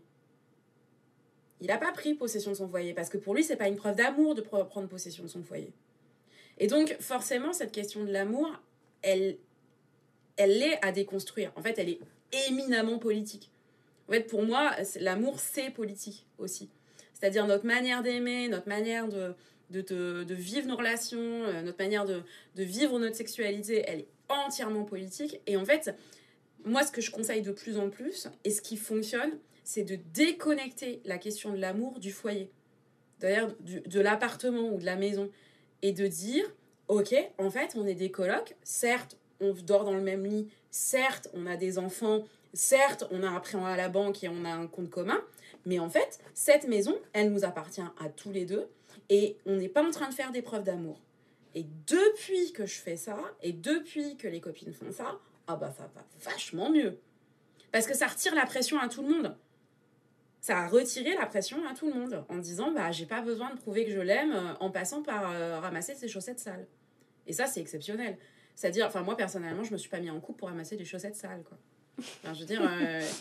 Il n'a pas pris possession de son foyer, parce que pour lui, c'est pas une preuve d'amour de prendre possession de son foyer. Et donc, forcément, cette question de l'amour, elle est à déconstruire. En fait, elle est éminemment politique. En fait, pour moi, l'amour, c'est politique aussi. C'est-à-dire notre manière d'aimer, notre manière de vivre nos relations, notre manière de vivre notre sexualité, elle est entièrement politique. Et en fait, moi, ce que je conseille de plus en plus, et ce qui fonctionne, c'est de déconnecter la question de l'amour du foyer, d'ailleurs de l'appartement ou de la maison, et de dire, ok, en fait, on est des colocs, certes, on dort dans le même lit, certes, on a des enfants, certes, on a un prêt à la banque et on a un compte commun, mais en fait, cette maison, elle nous appartient à tous les deux et on n'est pas en train de faire des preuves d'amour. Et depuis que je fais ça, et depuis que les copines font ça, ça va vachement mieux. Parce que ça retire la pression à tout le monde. Ça a retiré la pression à tout le monde en disant, j'ai pas besoin de prouver que je l'aime en passant par ramasser ses chaussettes sales. Et ça, c'est exceptionnel. C'est-à-dire, moi, personnellement, je me suis pas mis en couple pour ramasser des chaussettes sales, quoi. Enfin, je veux dire...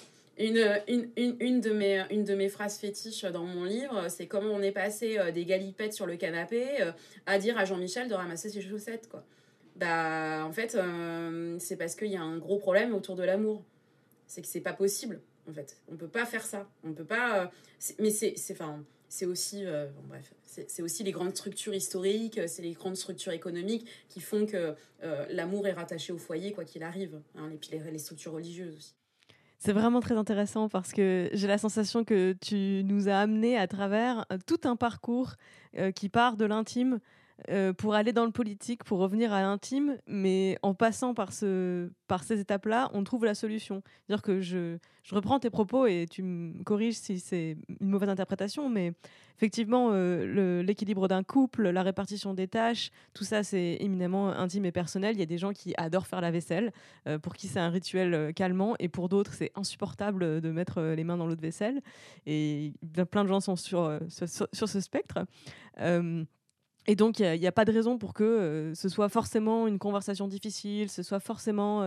Une de mes phrases fétiches dans mon livre, c'est comment on est passé des galipettes sur le canapé à dire à Jean-Michel de ramasser ses chaussettes, quoi. En fait, c'est parce qu'il y a un gros problème autour de l'amour. C'est que c'est pas possible, en fait. On peut pas faire ça. On peut pas... mais c'est aussi... c'est aussi les grandes structures historiques, c'est les grandes structures économiques qui font que l'amour est rattaché au foyer, quoi qu'il arrive. Hein, et puis les structures religieuses aussi. C'est vraiment très intéressant parce que j'ai la sensation que tu nous as amené à travers tout un parcours qui part de l'intime pour aller dans le politique, pour revenir à l'intime, mais en passant par ces étapes-là, on trouve la solution. C'est-à-dire que je reprends tes propos et tu me corriges si c'est une mauvaise interprétation, mais effectivement, l'équilibre d'un couple, la répartition des tâches, tout ça, c'est éminemment intime et personnel. Il y a des gens qui adorent faire la vaisselle, pour qui c'est un rituel calmant, et pour d'autres, c'est insupportable de mettre les mains dans l'eau de vaisselle. Et plein de gens sont sur ce spectre. Et donc, il n'y a pas de raison pour que ce soit forcément une conversation difficile, ce soit forcément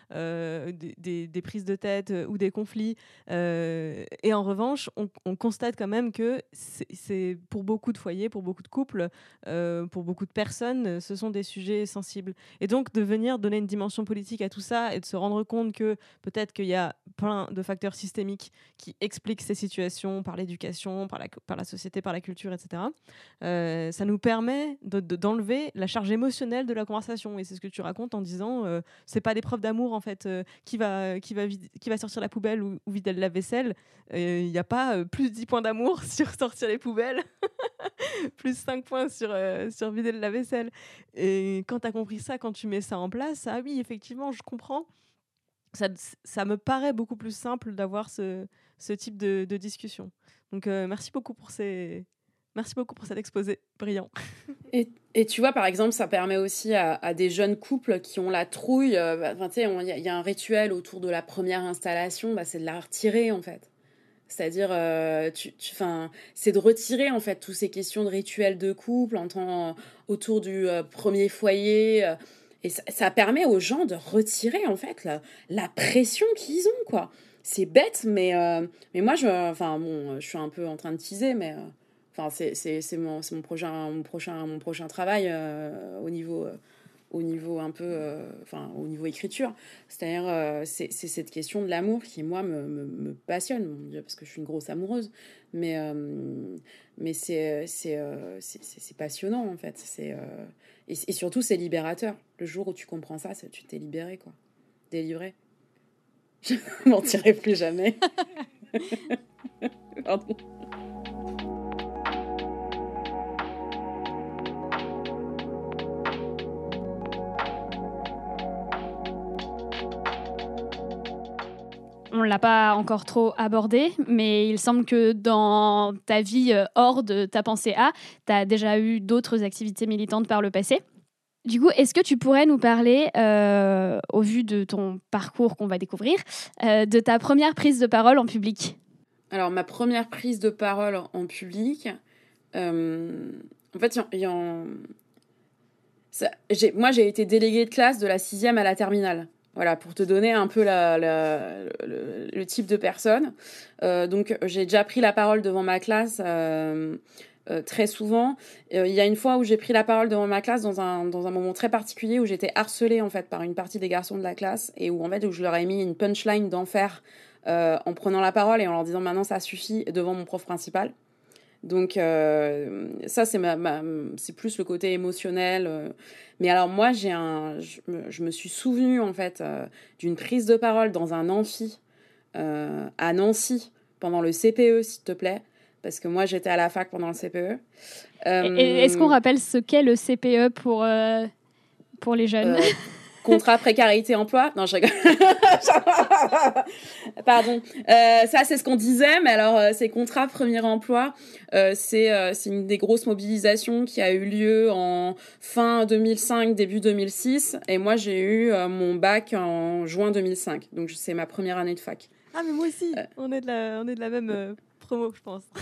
des prises de tête ou des conflits. Et en revanche, on constate quand même que c'est pour beaucoup de foyers, pour beaucoup de couples, pour beaucoup de personnes, ce sont des sujets sensibles. Et donc, de venir donner une dimension politique à tout ça et de se rendre compte que peut-être qu'il y a plein de facteurs systémiques qui expliquent ces situations par l'éducation, par la société, par la culture, etc. Ça nous permet d'enlever la charge émotionnelle de la conversation, et c'est ce que tu racontes en disant c'est pas des preuves d'amour en fait, qui va sortir la poubelle ou vider la vaisselle. Il n'y a pas plus 10 points d'amour sur sortir les poubelles plus 5 points sur vider la vaisselle. Et quand tu as compris ça, quand tu mets ça en place, ah oui, effectivement, je comprends. Ça me paraît beaucoup plus simple d'avoir ce type de discussion. Donc merci beaucoup pour cet exposé brillant. Et tu vois, par exemple, ça permet aussi à des jeunes couples qui ont la trouille. Il y a un rituel autour de la première installation, c'est de la retirer, en fait. C'est-à-dire, c'est de retirer, en fait, toutes ces questions de rituels de couple autour du premier foyer. Et ça permet aux gens de retirer, en fait, la pression qu'ils ont, quoi. C'est bête, mais moi, je suis un peu en train de teaser, mais... c'est mon prochain travail au niveau un peu au niveau écriture. C'est-à-dire c'est cette question de l'amour qui moi me passionne, mon Dieu, parce que je suis une grosse amoureuse, mais c'est passionnant en fait, et surtout c'est libérateur. Le jour où tu comprends ça, tu t'es libéré, quoi, délivré. Je ne mentirai plus jamais. Pardon. On ne l'a pas encore trop abordé, mais il semble que dans ta vie hors de ta pensée A, tu as déjà eu d'autres activités militantes par le passé. Du coup, est-ce que tu pourrais nous parler, au vu de ton parcours qu'on va découvrir, de ta première prise de parole en public ? Alors, ma première prise de parole en public, en fait, moi, j'ai été déléguée de classe de la 6e à la terminale. Voilà, pour te donner un peu le type de personne. Donc, j'ai déjà pris la parole devant ma classe très souvent. Il y a une fois où j'ai pris la parole devant ma classe dans un moment très particulier où j'étais harcelée en fait par une partie des garçons de la classe et où je leur ai mis une punchline d'enfer en prenant la parole et en leur disant maintenant ça suffit devant mon prof principal. Donc ça c'est plus le côté émotionnel. Mais alors moi je me suis souvenue en fait d'une prise de parole dans un amphi à Nancy pendant le CPE, s'il te plaît, parce que moi j'étais à la fac pendant le CPE. Est-ce qu'on rappelle ce qu'est le CPE pour les jeunes? Contrat précarité emploi. Non, je rigole. Pardon. Ça, c'est ce qu'on disait, mais alors, c'est contrat premier emploi. C'est une des grosses mobilisations qui a eu lieu en fin 2005, début 2006. Et moi, j'ai eu mon bac en juin 2005. Donc, c'est ma première année de fac. Ah, mais moi aussi. On est de la même promo, je pense.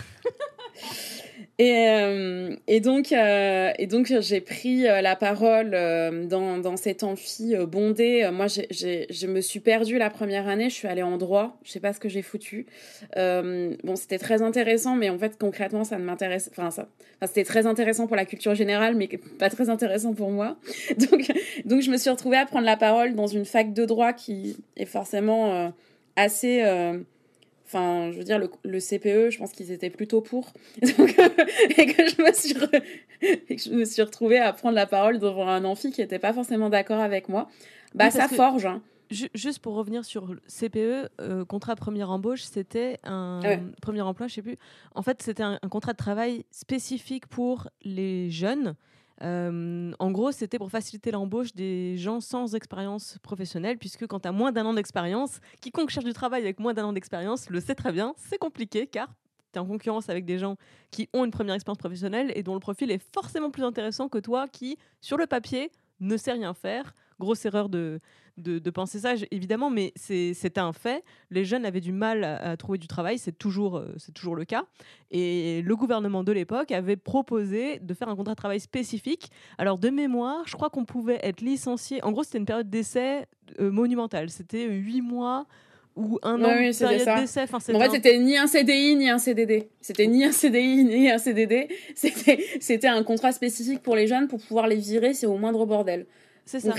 Et donc j'ai pris la parole dans cet amphi bondé. Moi, je me suis perdue la première année. Je suis allée en droit. Je sais pas ce que j'ai foutu. Bon, c'était très intéressant, mais en fait, concrètement, ça ne m'intéresse. C'était très intéressant pour la culture générale, mais pas très intéressant pour moi. Donc, je me suis retrouvée à prendre la parole dans une fac de droit qui est forcément assez. Enfin, je veux dire, le CPE, je pense qu'ils étaient plutôt pour. Donc, et que je me suis retrouvée à prendre la parole devant un amphi qui n'était pas forcément d'accord avec moi. Oui, ça forge. Hein. Juste pour revenir sur le CPE, contrat de première embauche, c'était un premier emploi, je ne sais plus. En fait, c'était un contrat de travail spécifique pour les jeunes En gros, c'était pour faciliter l'embauche des gens sans expérience professionnelle, puisque quand tu as moins d'1 an d'expérience, quiconque cherche du travail avec moins d'1 an d'expérience le sait très bien, c'est compliqué car tu es en concurrence avec des gens qui ont une première expérience professionnelle et dont le profil est forcément plus intéressant que toi qui, sur le papier, ne sais rien faire. Grosse erreur de penser ça, évidemment, mais c'était un fait. Les jeunes avaient du mal à trouver du travail, c'est toujours le cas. Et le gouvernement de l'époque avait proposé de faire un contrat de travail spécifique. Alors, de mémoire, je crois qu'on pouvait être licencié. En gros, c'était une période d'essai monumentale. C'était 8 mois ou 1 an de période d'essai. Enfin, en fait, c'était ni un CDI ni un CDD. C'était ni un CDI ni un CDD. C'était un contrat spécifique pour les jeunes pour pouvoir les virer, c'est au moindre bordel. C'est ça.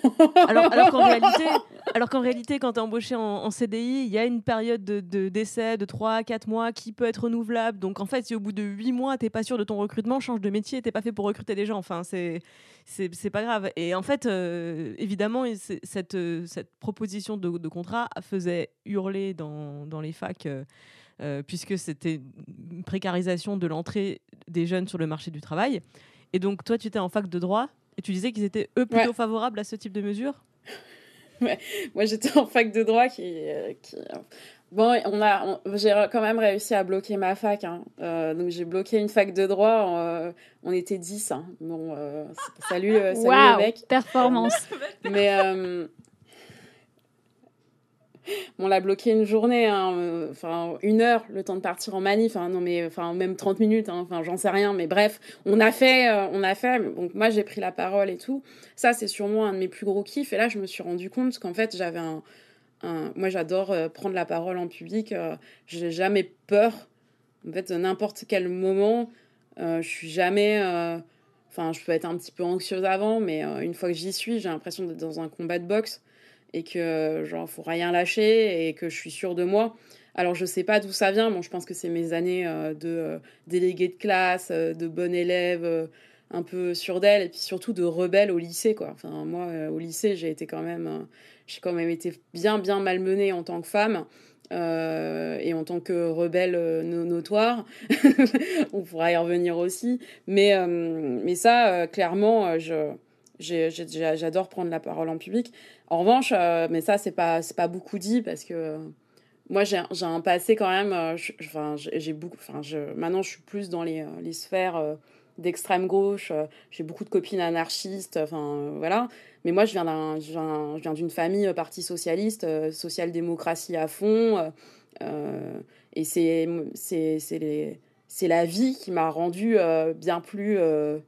alors qu'en réalité, quand tu es embauché en CDI, il y a une période d'essai de 3 à 4 mois qui peut être renouvelable. Donc en fait, si au bout de 8 mois, tu n'es pas sûr de ton recrutement, change de métier, tu n'es pas fait pour recruter des gens. Enfin, c'est pas grave. Et en fait, évidemment, cette proposition de contrat faisait hurler dans les facs, puisque c'était une précarisation de l'entrée des jeunes sur le marché du travail. Et donc, toi, tu étais en fac de droit. Et tu disais qu'ils étaient, eux, plutôt favorables à ce type de mesures ? Ouais. Moi, j'étais en fac de droit Bon, j'ai quand même réussi à bloquer ma fac. Hein. Donc, j'ai bloqué une fac de droit. On était 10. Hein. Bon, salut les mecs. Performance. Mais on l'a bloqué une journée, enfin 1 heure, le temps de partir en manif, même 30 minutes, j'en sais rien, mais bref, on a fait, donc moi j'ai pris la parole et tout, ça c'est sûrement un de mes plus gros kiffs, et là je me suis rendu compte qu'en fait j'avais moi j'adore prendre la parole en public, j'ai jamais peur, en fait de n'importe quel moment, je suis jamais, je peux être un petit peu anxieuse avant, mais une fois que j'y suis, j'ai l'impression d'être dans un combat de boxe, et que faut rien lâcher et que je suis sûre de moi. Alors je sais pas d'où ça vient, bon je pense que c'est mes années de déléguée de classe, de bonne élève, un peu sûre d'elle, et puis surtout de rebelle au lycée quoi. Enfin moi au lycée j'ai quand même été bien malmenée en tant que femme. Et en tant que rebelle notoire, on pourra y revenir aussi, mais ça clairement j'adore prendre la parole en public. En revanche, mais ça c'est pas beaucoup dit parce que moi j'ai un passé quand même. Maintenant je suis plus dans les sphères d'extrême gauche. J'ai beaucoup de copines anarchistes. Voilà. Mais moi je viens d'une famille parti socialiste, social-démocratie à fond. Et c'est la vie qui m'a rendue bien plus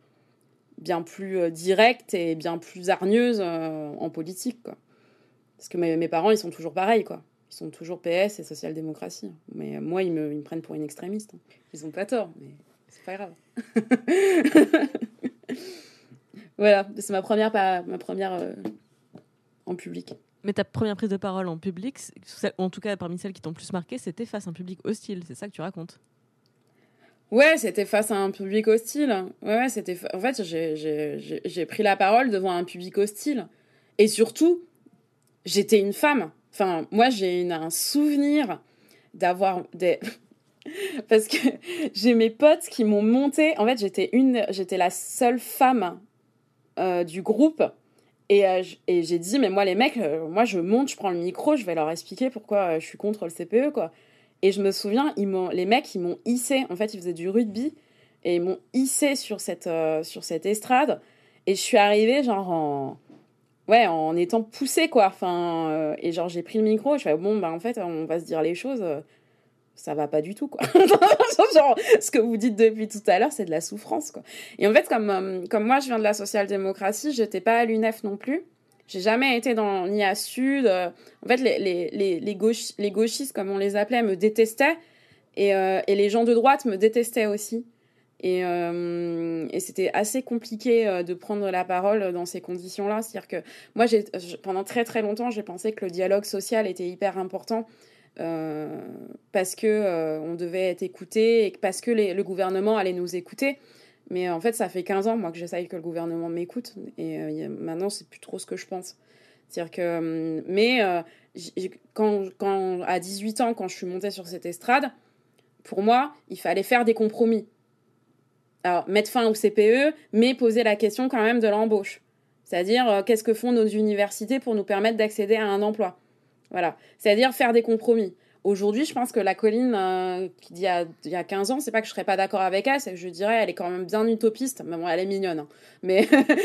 directe et bien plus hargneuse en politique, quoi. Parce que mes parents, ils sont toujours pareils, quoi. Ils sont toujours PS et social-démocratie. Mais moi, ils me prennent pour une extrémiste. Ils ont pas tort, mais c'est pas grave. Voilà, c'est ma première en public. Mais ta première prise de parole en public, en tout cas parmi celles qui t'ont plus marqué, c'était face à un public hostile. C'est ça que tu racontes ? Ouais, c'était face à un public hostile. Ouais, c'était... En fait, j'ai pris la parole devant un public hostile. Et surtout, j'étais une femme. Enfin, moi, j'ai un souvenir d'avoir des... Parce que j'ai mes potes qui m'ont monté... En fait, j'étais la seule femme du groupe. Et j'ai dit, mais moi, les mecs, moi, je monte, je prends le micro, je vais leur expliquer pourquoi je suis contre le CPE, quoi. Et je me souviens, les mecs, ils m'ont hissé. En fait, ils faisaient du rugby. Et ils m'ont hissé sur cette estrade. Et je suis arrivée, en étant poussée, quoi. Et j'ai pris le micro. Et je fais, en fait, on va se dire les choses. Ça va pas du tout, quoi. Ce que vous dites depuis tout à l'heure, c'est de la souffrance, quoi. Et en fait, comme moi, je viens de la social-démocratie, j'étais pas à l'UNEF non plus. J'ai jamais été ni à Sud. En fait, les gauchistes, comme on les appelait, me détestaient. Et les gens de droite me détestaient aussi. Et c'était assez compliqué de prendre la parole dans ces conditions-là. C'est-à-dire que moi, pendant très très longtemps, j'ai pensé que le dialogue social était hyper important parce que on devait être écouté et parce que le gouvernement allait nous écouter. Mais en fait, ça fait 15 ans, moi, que j'essaye que le gouvernement m'écoute. Et maintenant, c'est plus trop ce que je pense. C'est-à-dire que... quand à 18 ans, quand je suis montée sur cette estrade, pour moi, il fallait faire des compromis. alors, mettre fin au CPE, mais poser la question quand même de l'embauche. C'est-à-dire, qu'est-ce que font nos universités pour nous permettre d'accéder à un emploi ? Voilà. C'est-à-dire faire des compromis. Aujourd'hui, je pense que la Colline, qui dit il y a 15 ans, c'est pas que je serais pas d'accord avec elle, c'est que je dirais elle est quand même bien utopiste. Mais bon, elle est mignonne. Hein. Mais,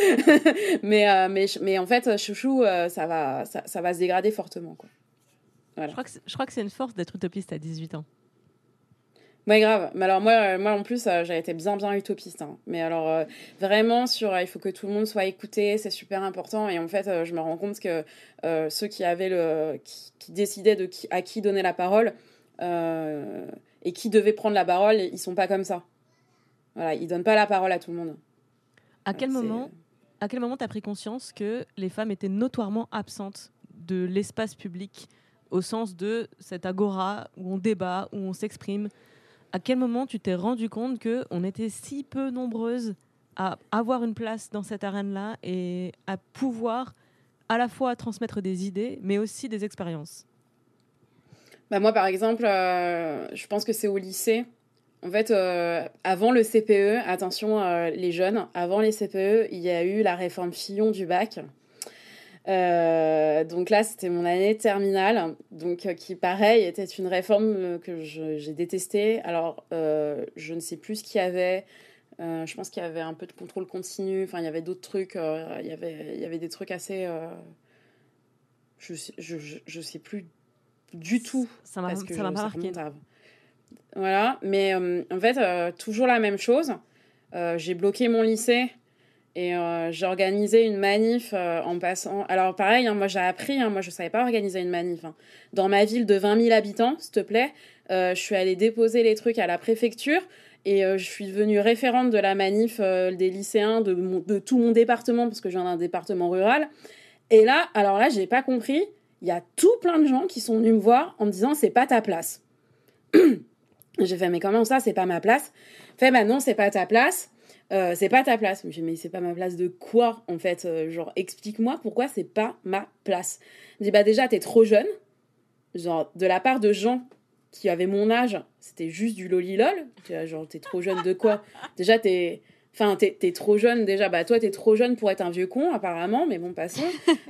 mais en fait, chouchou, ça va se dégrader fortement. Quoi. Voilà. Je crois que c'est une force d'être utopiste à 18 ans. Ouais, grave. Mais alors, moi en plus, j'ai été bien utopiste. Hein. Mais alors, vraiment, il faut que tout le monde soit écouté, c'est super important. Et en fait, je me rends compte que ceux qui avaient qui décidaient à qui donner la parole et qui devaient prendre la parole, ils sont pas comme ça. Voilà, ils donnent pas la parole à tout le monde. À quel moment t'as pris conscience que les femmes étaient notoirement absentes de l'espace public, au sens de cette agora où on débat, où on s'exprime? À quel moment tu t'es rendu compte qu'on était si peu nombreuses à avoir une place dans cette arène-là et à pouvoir à la fois transmettre des idées, mais aussi des expériences? Moi, par exemple, je pense que c'est au lycée. En fait, avant le CPE, attention les jeunes, avant les CPE, il y a eu la réforme Fillon du bac. Donc là, c'était mon année terminale, donc qui, pareil, était une réforme que j'ai détestée. Alors, je ne sais plus ce qu'il y avait. Je pense qu'il y avait un peu de contrôle continu. Enfin, il y avait d'autres trucs. Il y avait des trucs assez... Je sais plus du tout. Ça m'a pas marqué. Voilà, mais en fait, toujours la même chose. J'ai bloqué mon lycée. Et j'ai organisé une manif en passant... Alors pareil, hein, moi j'ai appris, moi je savais pas organiser une manif. Hein. Dans ma ville de 20 000 habitants, s'il te plaît, je suis allée déposer les trucs à la préfecture et je suis devenue référente de la manif des lycéens de tout mon département, parce que je viens d'un département rural. Et là, alors là, j'ai pas compris, il y a tout plein de gens qui sont venus me voir en me disant « c'est pas ta place ». J'ai fait « mais comment ça, c'est pas ma place ?» Fait « bah non, c'est pas ta place ». C'est pas ta place. Mais c'est pas ma place de quoi, en fait? Genre, explique-moi pourquoi c'est pas ma place. Je dis, déjà, t'es trop jeune. Genre, de la part de gens qui avaient mon âge, c'était juste du lolilol. Genre, t'es trop jeune de quoi? Déjà, t'es trop jeune, déjà. Toi, t'es trop jeune pour être un vieux con, apparemment, mais bon, passons.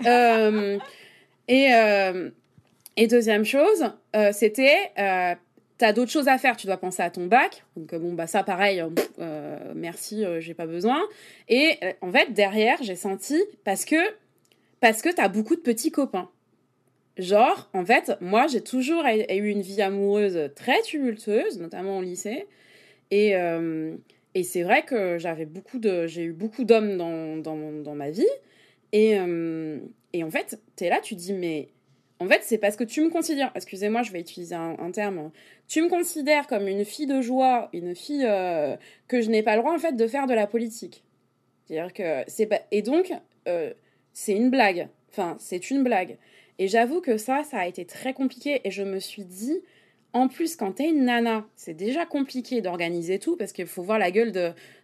Et deuxième chose, c'était... t'as d'autres choses à faire, tu dois penser à ton bac. Donc ça pareil, merci, j'ai pas besoin. Et en fait, derrière, j'ai senti, parce que t'as beaucoup de petits copains. Genre, en fait, moi, j'ai toujours eu une vie amoureuse très tumultueuse, notamment au lycée. Et c'est vrai que j'ai eu beaucoup d'hommes dans ma vie. Et en fait, t'es là, tu te dis, mais... En fait, c'est parce que tu me considères... Excusez-moi, je vais utiliser un terme. Tu me considères comme une fille de joie, une fille que je n'ai pas le droit, en fait, de faire de la politique. C'est-à-dire que c'est pas... Et donc, c'est une blague. Enfin, c'est une blague. Et j'avoue que ça a été très compliqué. Et je me suis dit... En plus, quand t'es une nana, c'est déjà compliqué d'organiser tout, parce qu'il faut voir la gueule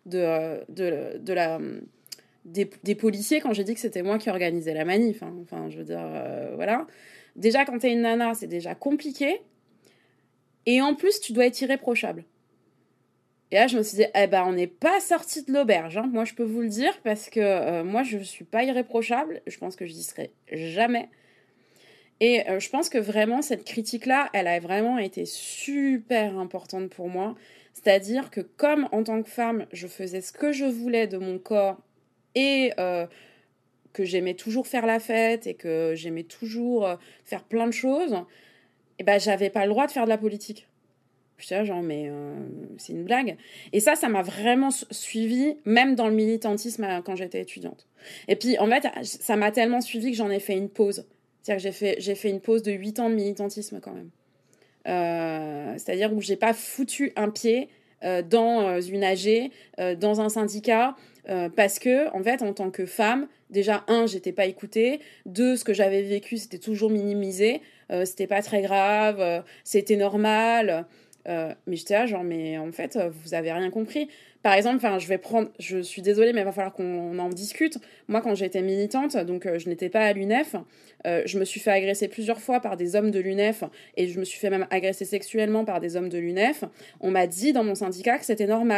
des policiers quand j'ai dit que c'était moi qui organisais la manif. Hein. Enfin, je veux dire, voilà. Déjà, quand t'es une nana, c'est déjà compliqué. Et en plus, tu dois être irréprochable. Et là, je me suis dit, on n'est pas sorti de l'auberge. Hein. Moi, je peux vous le dire, parce que moi, je ne suis pas irréprochable. Je pense que je n'y serai jamais. Et je pense que vraiment, cette critique-là, elle a vraiment été super importante pour moi. C'est-à-dire que comme en tant que femme, je faisais ce que je voulais de mon corps et que j'aimais toujours faire la fête et que j'aimais toujours faire plein de choses, et j'avais pas le droit de faire de la politique. Je disais genre, mais c'est une blague. Et ça m'a vraiment suivie, même dans le militantisme quand j'étais étudiante. Et puis, en fait, ça m'a tellement suivie que j'en ai fait une pause. C'est-à-dire que j'ai fait une pause de 8 ans de militantisme quand même. C'est-à-dire où j'ai pas foutu un pied dans une AG, dans un syndicat, parce que, en fait, en tant que femme, déjà, 1, j'étais pas écoutée, 2, ce que j'avais vécu, c'était toujours minimisé, c'était pas très grave, c'était normal, mais j'étais là, genre, mais en fait, vous avez rien compris. Par exemple, je suis désolée, mais il va falloir qu'on en discute. Moi, quand j'étais militante, donc je n'étais pas à l'UNEF, je me suis fait agresser plusieurs fois par des hommes de l'UNEF, et je me suis fait même agresser sexuellement par des hommes de l'UNEF. On m'a dit dans mon syndicat que c'était normal.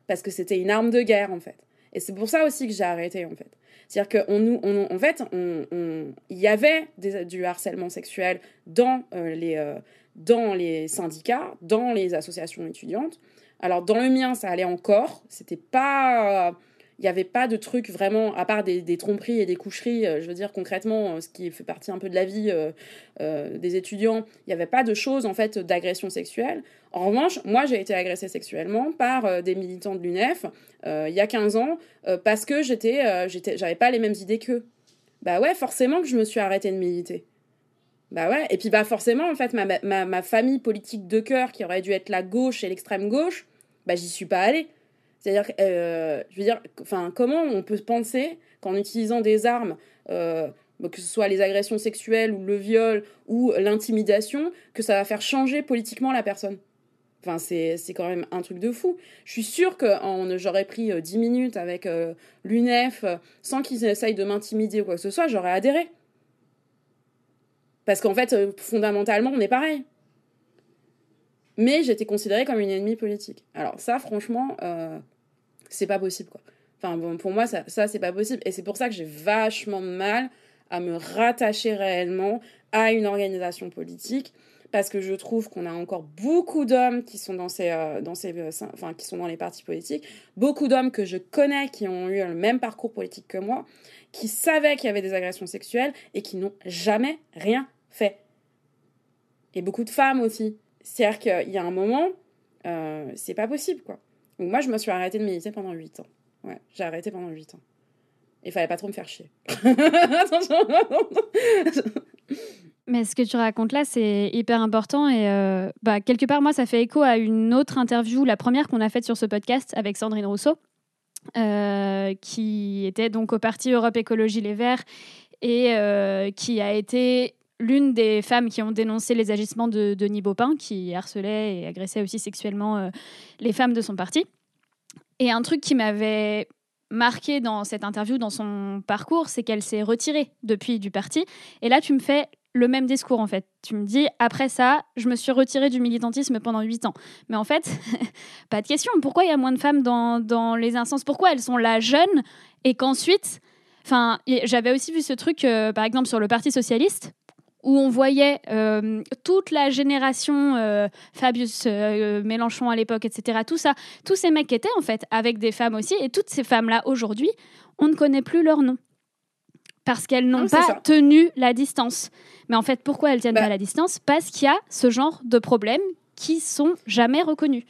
parce que c'était une arme de guerre, en fait. Et c'est pour ça aussi que j'ai arrêté, en fait. C'est-à-dire il y avait du harcèlement sexuel dans les syndicats, dans les associations étudiantes. Alors, dans le mien, ça allait encore. C'était pas... Il n'y avait pas de truc vraiment, à part des tromperies et des coucheries, je veux dire concrètement, ce qui fait partie un peu de la vie des étudiants, il n'y avait pas de choses en fait d'agression sexuelle. En revanche, moi j'ai été agressée sexuellement par des militants de l'UNEF il y a 15 ans parce que j'avais pas les mêmes idées qu'eux. Bah ouais, forcément que je me suis arrêtée de militer. Bah ouais, et puis bah forcément en fait ma famille politique de cœur qui aurait dû être la gauche et l'extrême gauche, bah j'y suis pas allée. C'est-à-dire, je veux dire, comment on peut penser qu'en utilisant des armes, que ce soit les agressions sexuelles ou le viol ou l'intimidation, que ça va faire changer politiquement la personne. Enfin, c'est quand même un truc de fou. Je suis sûre que j'aurais pris 10 minutes avec l'UNEF sans qu'ils essayent de m'intimider ou quoi que ce soit, j'aurais adhéré. Parce qu'en fait, fondamentalement, on est pareil. Mais j'étais considérée comme une ennemie politique. Alors ça, franchement, c'est pas possible, quoi. Enfin, bon, pour moi, ça, c'est pas possible. Et c'est pour ça que j'ai vachement de mal à me rattacher réellement à une organisation politique, parce que je trouve qu'on a encore beaucoup d'hommes qui sont qui sont dans les partis politiques, beaucoup d'hommes que je connais qui ont eu le même parcours politique que moi, qui savaient qu'il y avait des agressions sexuelles et qui n'ont jamais rien fait. Et beaucoup de femmes aussi. C'est-à-dire qu'il y a un moment, c'est pas possible, quoi. Donc moi, je me suis arrêtée de militer pendant 8 ans. Ouais, j'ai arrêté pendant 8 ans. Il fallait pas trop me faire chier. Mais ce que tu racontes là, c'est hyper important. Et quelque part, moi, ça fait écho à une autre interview, la première qu'on a faite sur ce podcast avec Sandrine Rousseau, qui était donc au parti Europe Écologie Les Verts et qui a été l'une des femmes qui ont dénoncé les agissements de Denis Baupin, qui harcelait et agressait aussi sexuellement les femmes de son parti. Et un truc qui m'avait marqué dans cette interview, dans son parcours, c'est qu'elle s'est retirée depuis du parti. Et là, tu me fais le même discours, en fait. Tu me dis, après ça, je me suis retirée du militantisme pendant 8 ans. Mais en fait, pas de question. Pourquoi il y a moins de femmes dans les instances ? Pourquoi elles sont là jeunes et qu'ensuite... Enfin, j'avais aussi vu ce truc, par exemple, sur le Parti Socialiste, où on voyait toute la génération Fabius Mélenchon à l'époque, etc. Tout ça, tous ces mecs étaient en fait avec des femmes aussi, et toutes ces femmes-là aujourd'hui, on ne connaît plus leur nom parce qu'elles n'ont pas tenu la distance. Mais en fait, pourquoi elles tiennent pas la distance ? Parce qu'il y a ce genre de problèmes qui sont jamais reconnus.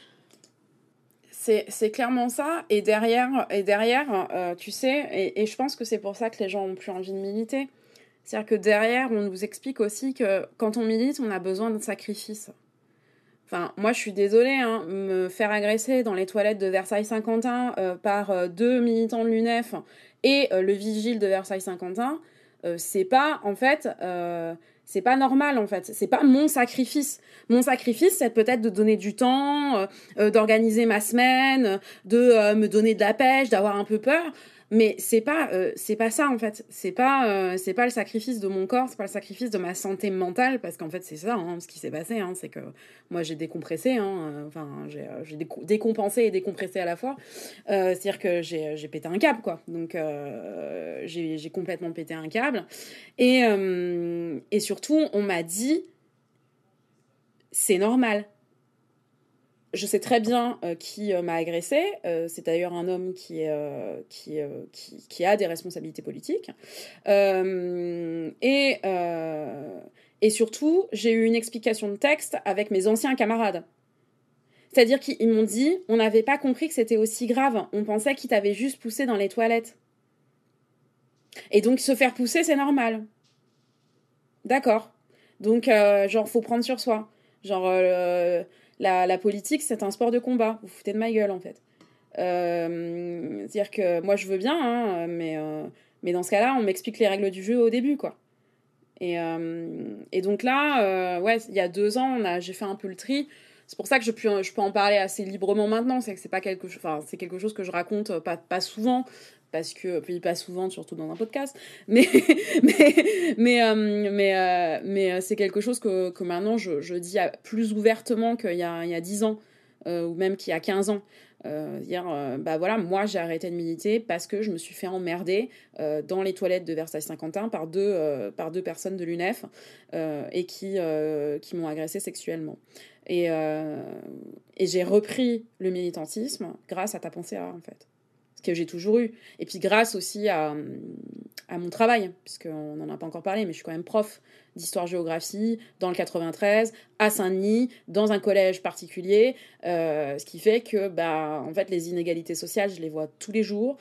C'est clairement ça. Et derrière, tu sais, et je pense que c'est pour ça que les gens ont plus envie de militer. C'est-à-dire que derrière, on nous explique aussi que quand on milite, on a besoin de sacrifices. Enfin, moi, je suis désolée, me faire agresser dans les toilettes de Versailles-Saint-Quentin par 2 militants de l'UNEF et le vigile de Versailles-Saint-Quentin, c'est pas, en fait, c'est pas normal, en fait. C'est pas mon sacrifice. Mon sacrifice, c'est peut-être de donner du temps, d'organiser ma semaine, de me donner de la pêche, d'avoir un peu peur. Mais c'est pas ça, en fait. C'est pas le sacrifice de mon corps, c'est pas le sacrifice de ma santé mentale, parce qu'en fait, c'est ça, ce qui s'est passé, c'est que moi, j'ai décompressé, j'ai décompensé et décompressé à la fois. C'est-à-dire que j'ai pété un câble, quoi. Donc, j'ai complètement pété un câble. Et surtout, on m'a dit, c'est normal. Je sais très bien qui m'a agressée. C'est d'ailleurs un homme qui a des responsabilités politiques. Et surtout, j'ai eu une explication de texte avec mes anciens camarades. C'est-à-dire qu'ils m'ont dit, on n'avait pas compris que c'était aussi grave. On pensait qu'il t'avait juste poussé dans les toilettes. Et donc, se faire pousser, c'est normal. D'accord. Donc, faut prendre sur soi. La politique, c'est un sport de combat. Vous foutez de ma gueule, en fait. C'est-à-dire que moi, je veux bien, mais dans ce cas-là, on m'explique les règles du jeu au début, quoi. Et donc là, il y a 2 ans, j'ai fait un peu le tri. C'est pour ça que je peux en parler assez librement maintenant. C'est que c'est pas quelque chose, c'est quelque chose que je raconte pas souvent. Parce que, puis pas souvent, surtout dans un podcast, mais c'est quelque chose que maintenant je dis plus ouvertement qu'il y a 10 ans. ou même qui a 15 ans. Voilà, moi j'ai arrêté de militer parce que je me suis fait emmerder dans les toilettes de Versailles-Saint-Quentin par deux personnes de l'UNEF et qui m'ont agressée sexuellement. Et j'ai repris le militantisme grâce à Ta pensée à, en fait. Ce que j'ai toujours eu. Et puis grâce aussi à mon travail, puisqu'on n'en a pas encore parlé, mais je suis quand même prof d'histoire-géographie dans le 93, à Saint-Denis, dans un collège particulier, ce qui fait que en fait, les inégalités sociales, je les vois tous les jours.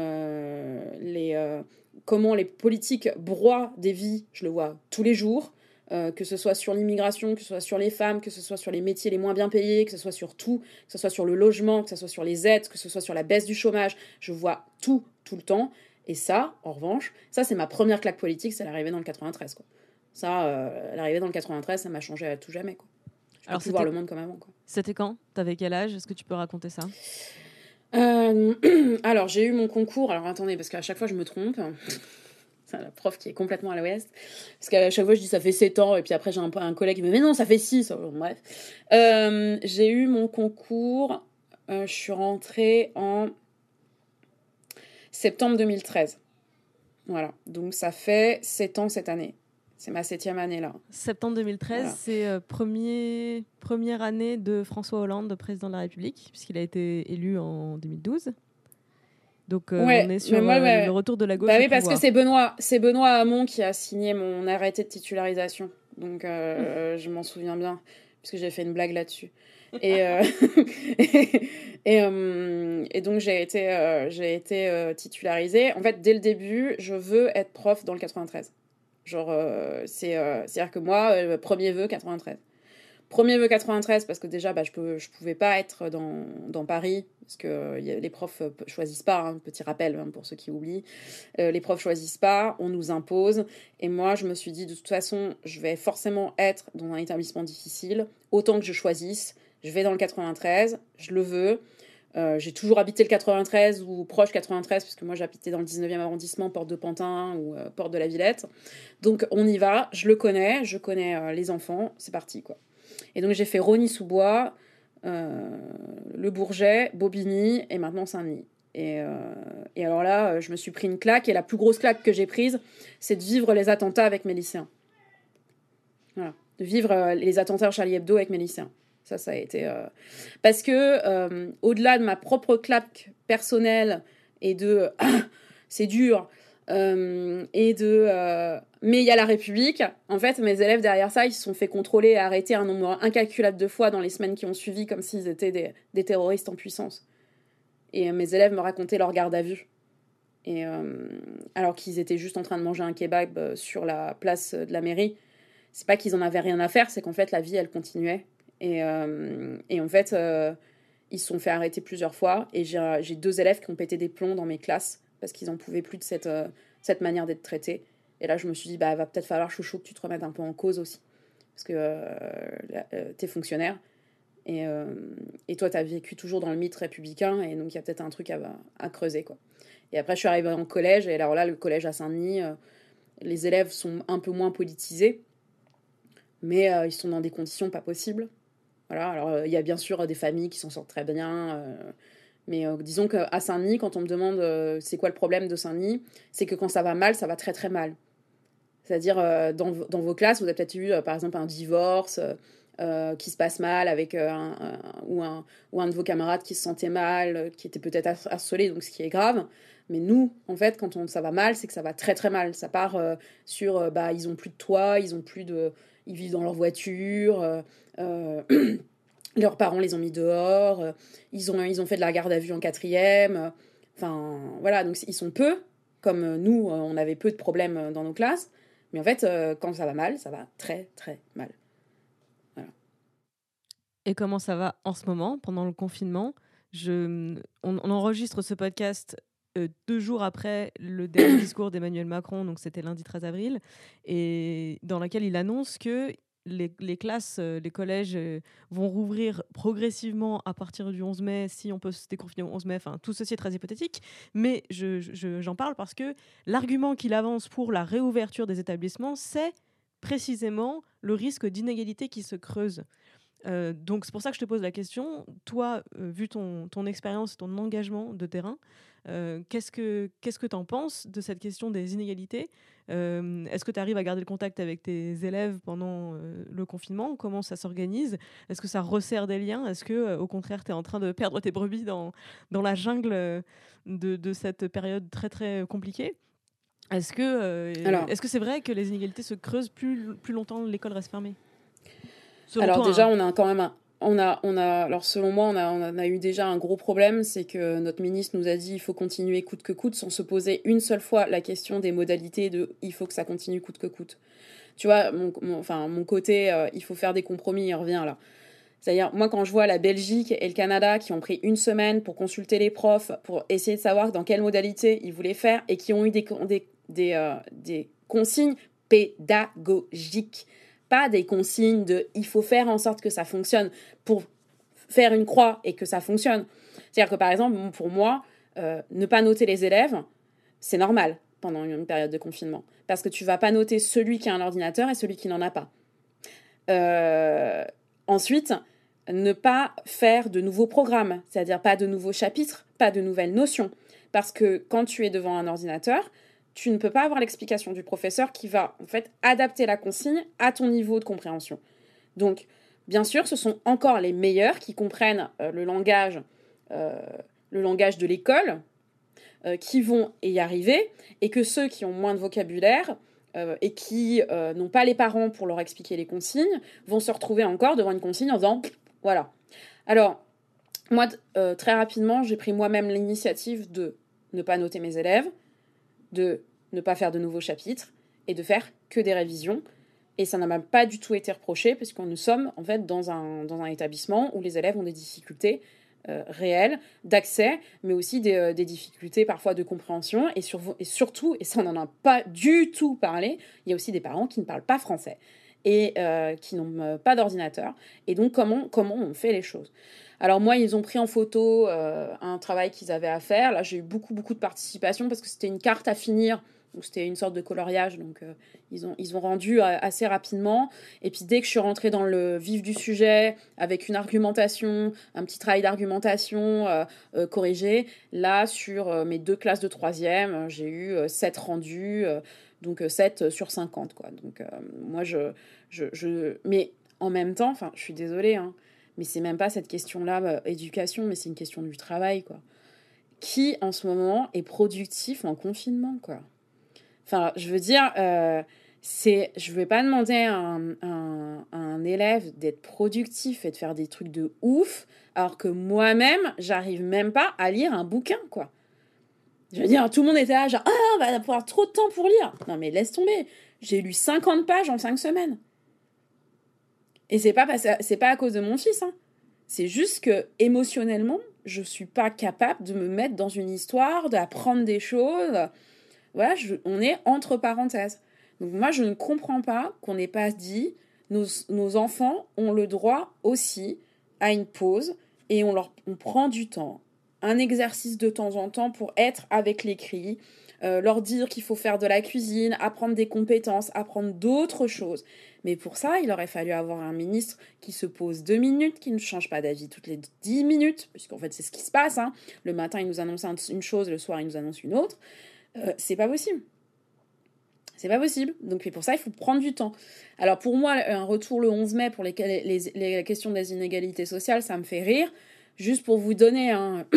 Comment les politiques broient des vies, je le vois tous les jours. Que ce soit sur l'immigration, que ce soit sur les femmes, que ce soit sur les métiers les moins bien payés, que ce soit sur tout, que ce soit sur le logement, que ce soit sur les aides, que ce soit sur la baisse du chômage. Je vois tout le temps. Et ça, en revanche, ça c'est ma première claque politique, c'est l'arrivée dans le 93. Quoi. Ça, l'arrivée dans le 93, ça m'a changé à tout jamais. Quoi. Je peux plus voir le monde comme avant. Quoi. C'était quand ? T'avais quel âge ? Est-ce que tu peux raconter ça ? Alors, j'ai eu mon concours. Alors, attendez, parce qu'à chaque fois, je me trompe. C'est la prof qui est complètement à l'ouest. Parce qu'à chaque fois, je dis ça fait 7 ans. Et puis après, j'ai un collègue qui me dit mais non, ça fait 6. Bref. J'ai eu mon concours. Je suis rentrée en septembre 2013. Voilà. Donc, ça fait 7 ans cette année. C'est ma 7e année, là. Septembre 2013, voilà. C'est première année de François Hollande, président de la République, puisqu'il a été élu en 2012. Donc, on est sur le retour de la gauche. Oui, parce que c'est Benoît Hamon qui a signé mon arrêté de titularisation. Donc, je m'en souviens bien, puisque j'ai fait une blague là-dessus. Et donc, j'ai été titularisée. En fait, dès le début, je veux être prof dans le 93. Genre, c'est-à-dire que moi, premier vœu 93. Premier vœu 93, parce que déjà, je pouvais pas être dans Paris, parce que les profs choisissent pas, hein, petit rappel pour ceux qui oublient. Les profs choisissent pas, on nous impose. Et moi, je me suis dit, de toute façon, je vais forcément être dans un établissement difficile. Autant que je choisisse, je vais dans le 93, je le veux. J'ai toujours habité le 93 ou proche 93, parce que moi j'habitais dans le 19e arrondissement, porte de Pantin ou porte de la Villette. Donc on y va, je connais les enfants, c'est parti quoi. Et donc j'ai fait Rosny-sous-Bois, Le Bourget, Bobigny et maintenant Saint-Denis. Et alors là, je me suis pris une claque, et la plus grosse claque que j'ai prise, c'est de vivre les attentats avec mes lycéens. Voilà, de vivre les attentats Charlie Hebdo avec mes lycéens. Ça a été... Parce que, au-delà de ma propre claque personnelle et de... c'est dur, mais il y a la République. En fait, mes élèves, derrière ça, ils se sont fait contrôler et arrêter un nombre incalculable de fois dans les semaines qui ont suivi, comme s'ils étaient des terroristes en puissance. Et mes élèves me racontaient leur garde à vue. Et, alors qu'ils étaient juste en train de manger un kebab sur la place de la mairie. C'est pas qu'ils en avaient rien à faire, c'est qu'en fait, la vie, elle continuait. Et en fait, ils se sont fait arrêter plusieurs fois. Et j'ai 2 élèves qui ont pété des plombs dans mes classes parce qu'ils n'en pouvaient plus de cette manière d'être traités. Et là, je me suis dit, va peut-être falloir, chouchou, que tu te remettes un peu en cause aussi. Parce que t'es fonctionnaire. Et toi, t'as vécu toujours dans le mythe républicain. Et donc, il y a peut-être un truc à creuser, quoi. Et après, je suis arrivée en collège. Et alors là, le collège à Saint-Denis, les élèves sont un peu moins politisés. Mais ils sont dans des conditions pas possibles. Voilà, alors il y a bien sûr des familles qui s'en sortent très bien, mais disons qu'à Saint-Denis, quand on me demande c'est quoi le problème de Saint-Denis, c'est que quand ça va mal, ça va très très mal. C'est-à-dire dans vos classes, vous avez peut-être eu par exemple un divorce qui se passe mal avec ou un de vos camarades qui se sentait mal, qui était peut-être harcelé, donc ce qui est grave. Mais nous, en fait, quand ça va mal, c'est que ça va très très mal. Ça part sur ils ont plus de toit, ils vivent dans leur voiture, leurs parents les ont mis dehors, ils ont fait de la garde à vue en 4e. Enfin, voilà, donc ils sont peu, comme nous, on avait peu de problèmes dans nos classes. Mais en fait, quand ça va mal, ça va très, très mal. Voilà. Et comment ça va en ce moment, pendant le confinement ? On enregistre ce podcast 2 jours après le dernier discours d'Emmanuel Macron, donc c'était lundi 13 avril, et dans lequel il annonce que les classes, les collèges vont rouvrir progressivement à partir du 11 mai, si on peut se déconfiner au 11 mai, enfin tout ceci est très hypothétique, mais j'en parle parce que l'argument qu'il avance pour la réouverture des établissements, c'est précisément le risque d'inégalité qui se creuse. Donc c'est pour ça que je te pose la question. Toi, vu ton expérience, ton engagement de terrain, qu'est-ce que tu en penses de cette question des inégalités ? Est-ce que tu arrives à garder le contact avec tes élèves pendant le confinement ? Comment ça s'organise ? Est-ce que ça resserre des liens ? Est-ce que, au contraire, tu es en train de perdre tes brebis dans la jungle de cette période très très compliquée ? Est-ce que c'est vrai que les inégalités se creusent plus longtemps l'école reste fermée ? Alors déjà, on a quand même alors selon moi, on a eu déjà un gros problème, c'est que notre ministre nous a dit il faut continuer coûte que coûte, sans se poser une seule fois la question des modalités de il faut que ça continue coûte que coûte. Tu vois, mon côté il faut faire des compromis, il revient là. C'est-à-dire, moi, quand je vois la Belgique et le Canada qui ont pris une semaine pour consulter les profs, pour essayer de savoir dans quelle modalité ils voulaient faire et qui ont eu des consignes pédagogiques, pas des consignes de « il faut faire en sorte que ça fonctionne » pour faire une croix et que ça fonctionne. C'est-à-dire que, par exemple, pour moi, ne pas noter les élèves, c'est normal pendant une période de confinement. Parce que tu ne vas pas noter celui qui a un ordinateur et celui qui n'en a pas. Ensuite, ne pas faire de nouveaux programmes, c'est-à-dire pas de nouveaux chapitres, pas de nouvelles notions. Parce que quand tu es devant un ordinateur, tu ne peux pas avoir l'explication du professeur qui va en fait adapter la consigne à ton niveau de compréhension. Donc, bien sûr, ce sont encore les meilleurs qui comprennent le langage de l'école, qui vont y arriver, et que ceux qui ont moins de vocabulaire et qui n'ont pas les parents pour leur expliquer les consignes vont se retrouver encore devant une consigne en disant « voilà ». Alors, moi, très rapidement, j'ai pris moi-même l'initiative de ne pas noter mes élèves, de ne pas faire de nouveaux chapitres et de faire que des révisions. Et ça n'a même pas du tout été reproché parce que nous sommes en fait dans un établissement où les élèves ont des difficultés réelles d'accès, mais aussi des difficultés parfois de compréhension. Et surtout, et ça on n'en a pas du tout parlé, il y a aussi des parents qui ne parlent pas français et qui n'ont pas d'ordinateur. Et donc comment on fait les choses ? Alors moi, ils ont pris en photo un travail qu'ils avaient à faire. Là, j'ai eu beaucoup de participation parce que c'était une carte à finir. Donc c'était une sorte de coloriage. Donc ils ont rendu assez rapidement. Et puis dès que je suis rentrée dans le vif du sujet, avec une argumentation, un petit travail d'argumentation corrigé, là, sur mes 2 classes de 3e, j'ai eu 7 rendus. Donc 7 sur 50, quoi. Donc moi, mais en même temps, je suis désolée, hein, mais c'est même pas cette question-là, éducation, mais c'est une question du travail, quoi. Qui, en ce moment, est productif en confinement, quoi. Enfin, je veux dire, je vais pas demander à un élève d'être productif et de faire des trucs de ouf, alors que moi-même, j'arrive même pas à lire un bouquin, quoi. Je veux dire, tout le monde était là, genre, on va avoir trop de temps pour lire. Non, mais laisse tomber. J'ai lu 50 pages en 5 semaines. Et c'est pas à cause de mon fils, hein. C'est juste que, émotionnellement, je suis pas capable de me mettre dans une histoire, d'apprendre des choses. Voilà, on est entre parenthèses. Donc moi, je ne comprends pas qu'on n'ait pas dit, nos enfants ont le droit aussi à une pause et on prend du temps. Un exercice de temps en temps pour être avec l'écrit, leur dire qu'il faut faire de la cuisine, apprendre des compétences, apprendre d'autres choses. Mais pour ça, il aurait fallu avoir un ministre qui se pose 2 minutes, qui ne change pas d'avis toutes les 10 minutes, puisqu'en fait, c'est ce qui se passe, hein. Le matin, il nous annonce une chose, le soir, il nous annonce une autre. C'est pas possible. C'est pas possible. Donc, pour ça, il faut prendre du temps. Alors, pour moi, un retour le 11 mai pour les questions des inégalités sociales, ça me fait rire. Juste pour vous donner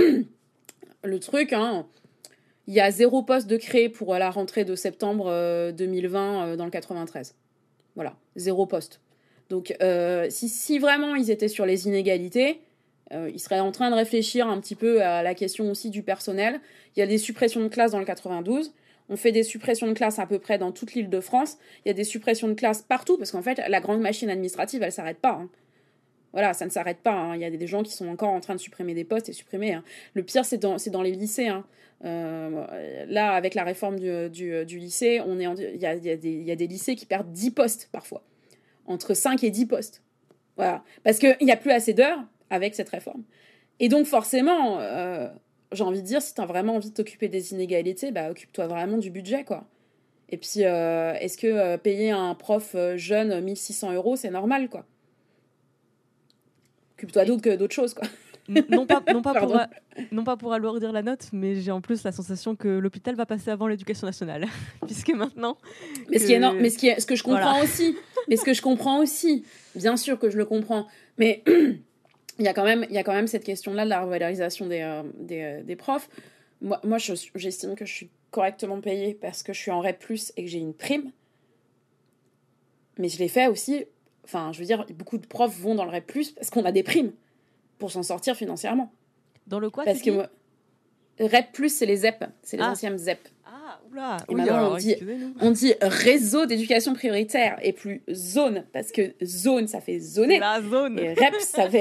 le truc, hein, il y a 0 poste de créé pour la rentrée de septembre 2020 dans le 93. Voilà, 0 poste. Donc, si vraiment ils étaient sur les inégalités, ils seraient en train de réfléchir un petit peu à la question aussi du personnel. Il y a des suppressions de classes dans le 92. On fait des suppressions de classes à peu près dans toute l'Île-de-France. Il y a des suppressions de classes partout, parce qu'en fait, la grande machine administrative, elle ne s'arrête pas, hein. Voilà, ça ne s'arrête pas, hein. Il y a des gens qui sont encore en train de supprimer des postes et supprimer, hein. Le pire, c'est dans les lycées, hein. Là, avec la réforme du lycée, il y a des lycées qui perdent 10 postes parfois. Entre 5 et 10 postes. Voilà. Parce qu'il n'y a plus assez d'heures avec cette réforme. Et donc, forcément, j'ai envie de dire, si tu as vraiment envie de t'occuper des inégalités, occupe-toi vraiment du budget, quoi. Et puis, est-ce que payer un prof jeune 1 600 €, c'est normal, quoi ? Occupe-toi d'autres choses, quoi. Non pas pour alourdir la note, mais j'ai en plus la sensation que l'hôpital va passer avant l'éducation nationale, puisque maintenant. Ce que je comprends aussi. Mais ce que je comprends aussi, bien sûr que je le comprends, mais il y a quand même cette question-là de la revalorisation des profs. Moi, j'estime que je suis correctement payée parce que je suis en REP+, et que j'ai une prime. Mais je l'ai fait aussi. Enfin, je veux dire, beaucoup de profs vont dans le REP+, parce qu'on a des primes pour s'en sortir financièrement. Dans le quoi? Parce que moi, REP+, c'est les ZEP, c'est les anciennes ZEP. Ah, oula. Et maintenant, on dit réseau d'éducation prioritaire et plus zone, parce que zone, ça fait zoner. La zone. Et REP,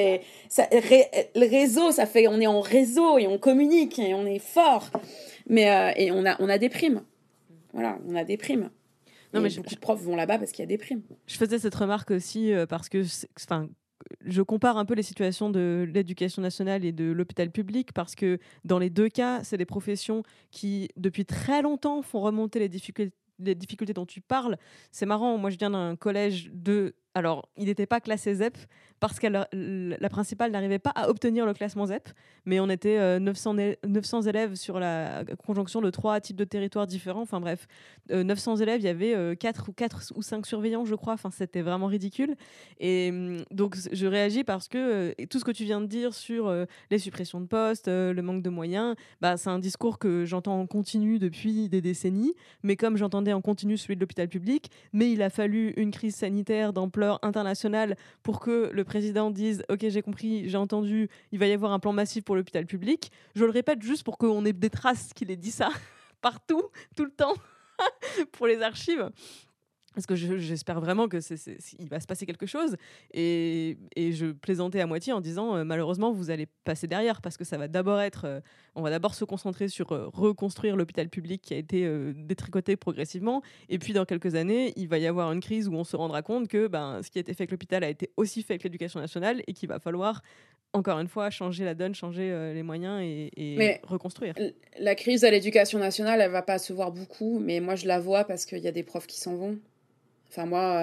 le réseau, ça fait on est en réseau et on communique et on est fort. Mais et on a des primes. Voilà, on a des primes. Non, mais beaucoup de profs vont là-bas parce qu'il y a des primes. Je faisais cette remarque aussi parce que, je compare un peu les situations de l'éducation nationale et de l'hôpital public, parce que dans les deux cas, c'est des professions qui, depuis très longtemps, font remonter les difficultés dont tu parles. C'est marrant, moi je viens d'un collège alors, il n'était pas classé ZEP parce que la principale n'arrivait pas à obtenir le classement ZEP, mais on était 900 élèves sur la conjonction de 3 types de territoires différents. Enfin bref, 900 élèves, il y avait 4 ou 5 surveillants, je crois. Enfin, c'était vraiment ridicule. Et donc, je réagis parce que tout ce que tu viens de dire sur les suppressions de postes, le manque de moyens, c'est un discours que j'entends en continu depuis des décennies, mais comme j'entendais en continu celui de l'hôpital public, mais il a fallu une crise sanitaire d'ampleur internationale pour que le président dise « Ok, j'ai compris, j'ai entendu, il va y avoir un plan massif pour l'hôpital public ». Je le répète juste pour qu'on ait des traces qu'il ait dit ça partout, tout le temps, pour les archives. Parce que j'espère vraiment que il va se passer quelque chose. Et je plaisantais à moitié en disant malheureusement, vous allez passer derrière, parce que ça va d'abord on va d'abord se concentrer sur reconstruire l'hôpital public qui a été détricoté progressivement. Et puis dans quelques années, il va y avoir une crise où on se rendra compte que ce qui a été fait avec l'hôpital a été aussi fait avec l'éducation nationale, et qu'il va falloir encore une fois changer la donne, changer les moyens et reconstruire. La crise à l'éducation nationale, elle va pas se voir beaucoup, mais moi je la vois parce qu'il y a des profs qui s'en vont. Enfin, moi,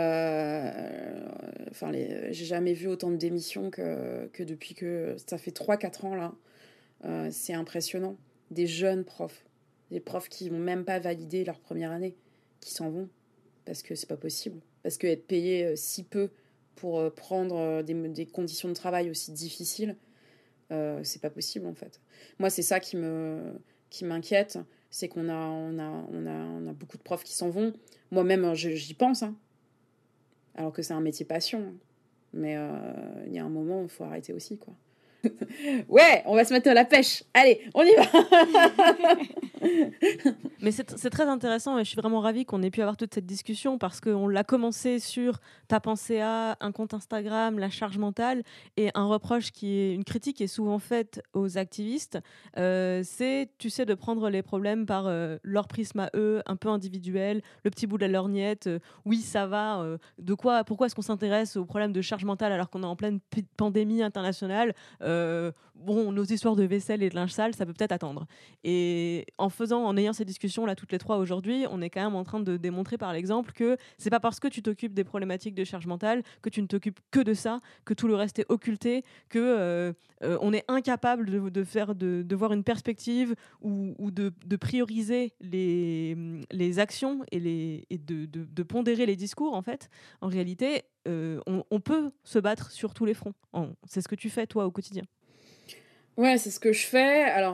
j'ai jamais vu autant de démissions que depuis que... Ça fait 3-4 ans, là. C'est impressionnant. Des jeunes profs. Des profs qui n'ont même pas validé leur première année, qui s'en vont. Parce que c'est pas possible. Parce qu'être payé si peu pour prendre des conditions de travail aussi difficiles, c'est pas possible, en fait. Moi, c'est ça qui m'inquiète. C'est qu'on a beaucoup de profs qui s'en vont. Moi-même, j'y pense, hein. Alors que c'est un métier passion. Mais il y a un moment où il faut arrêter aussi, quoi. Ouais, on va se mettre à la pêche. Allez, on y va. Mais c'est très intéressant, et je suis vraiment ravie qu'on ait pu avoir toute cette discussion, parce qu'on l'a commencé sur ta pensée à un compte Instagram, la charge mentale, et un reproche une critique qui est souvent faite aux activistes, c'est, tu sais, de prendre les problèmes par leur prisme à eux, un peu individuel, le petit bout de la lorgnette. Oui, ça va. Pourquoi est-ce qu'on s'intéresse aux problèmes de charge mentale alors qu'on est en pleine pandémie internationale? Nos histoires de vaisselle et de linge sale, ça peut peut-être attendre. Et en ayant ces discussions là toutes les trois aujourd'hui, on est quand même en train de démontrer par l'exemple que c'est pas parce que tu t'occupes des problématiques de charge mentale que tu ne t'occupes que de ça, que tout le reste est occulté, que on est incapable de voir une perspective ou de prioriser les actions et de pondérer les discours, en fait. En réalité, on peut se battre sur tous les fronts. C'est ce que tu fais, toi, au quotidien. Ouais, c'est ce que je fais. Alors,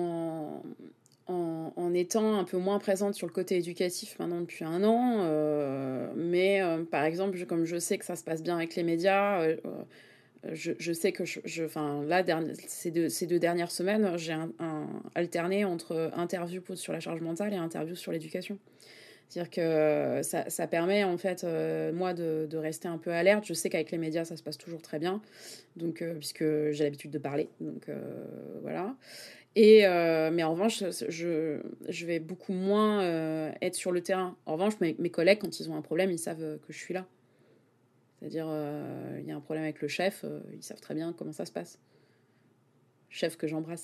en étant un peu moins présente sur le côté éducatif maintenant depuis 1 an, mais par exemple, comme je sais que ça se passe bien avec les médias, je sais que ces 2 dernières semaines, j'ai alterné entre interviews sur la charge mentale et interviews sur l'éducation. C'est-à-dire que ça permet, en fait, moi, de rester un peu alerte. Je sais qu'avec les médias, ça se passe toujours très bien, donc, puisque j'ai l'habitude de parler. Donc, voilà. Mais en revanche, je vais beaucoup moins être sur le terrain. En revanche, mes collègues, quand ils ont un problème, ils savent que je suis là. C'est-à-dire, il y a un problème avec le chef, ils savent très bien comment ça se passe. Chef que j'embrasse.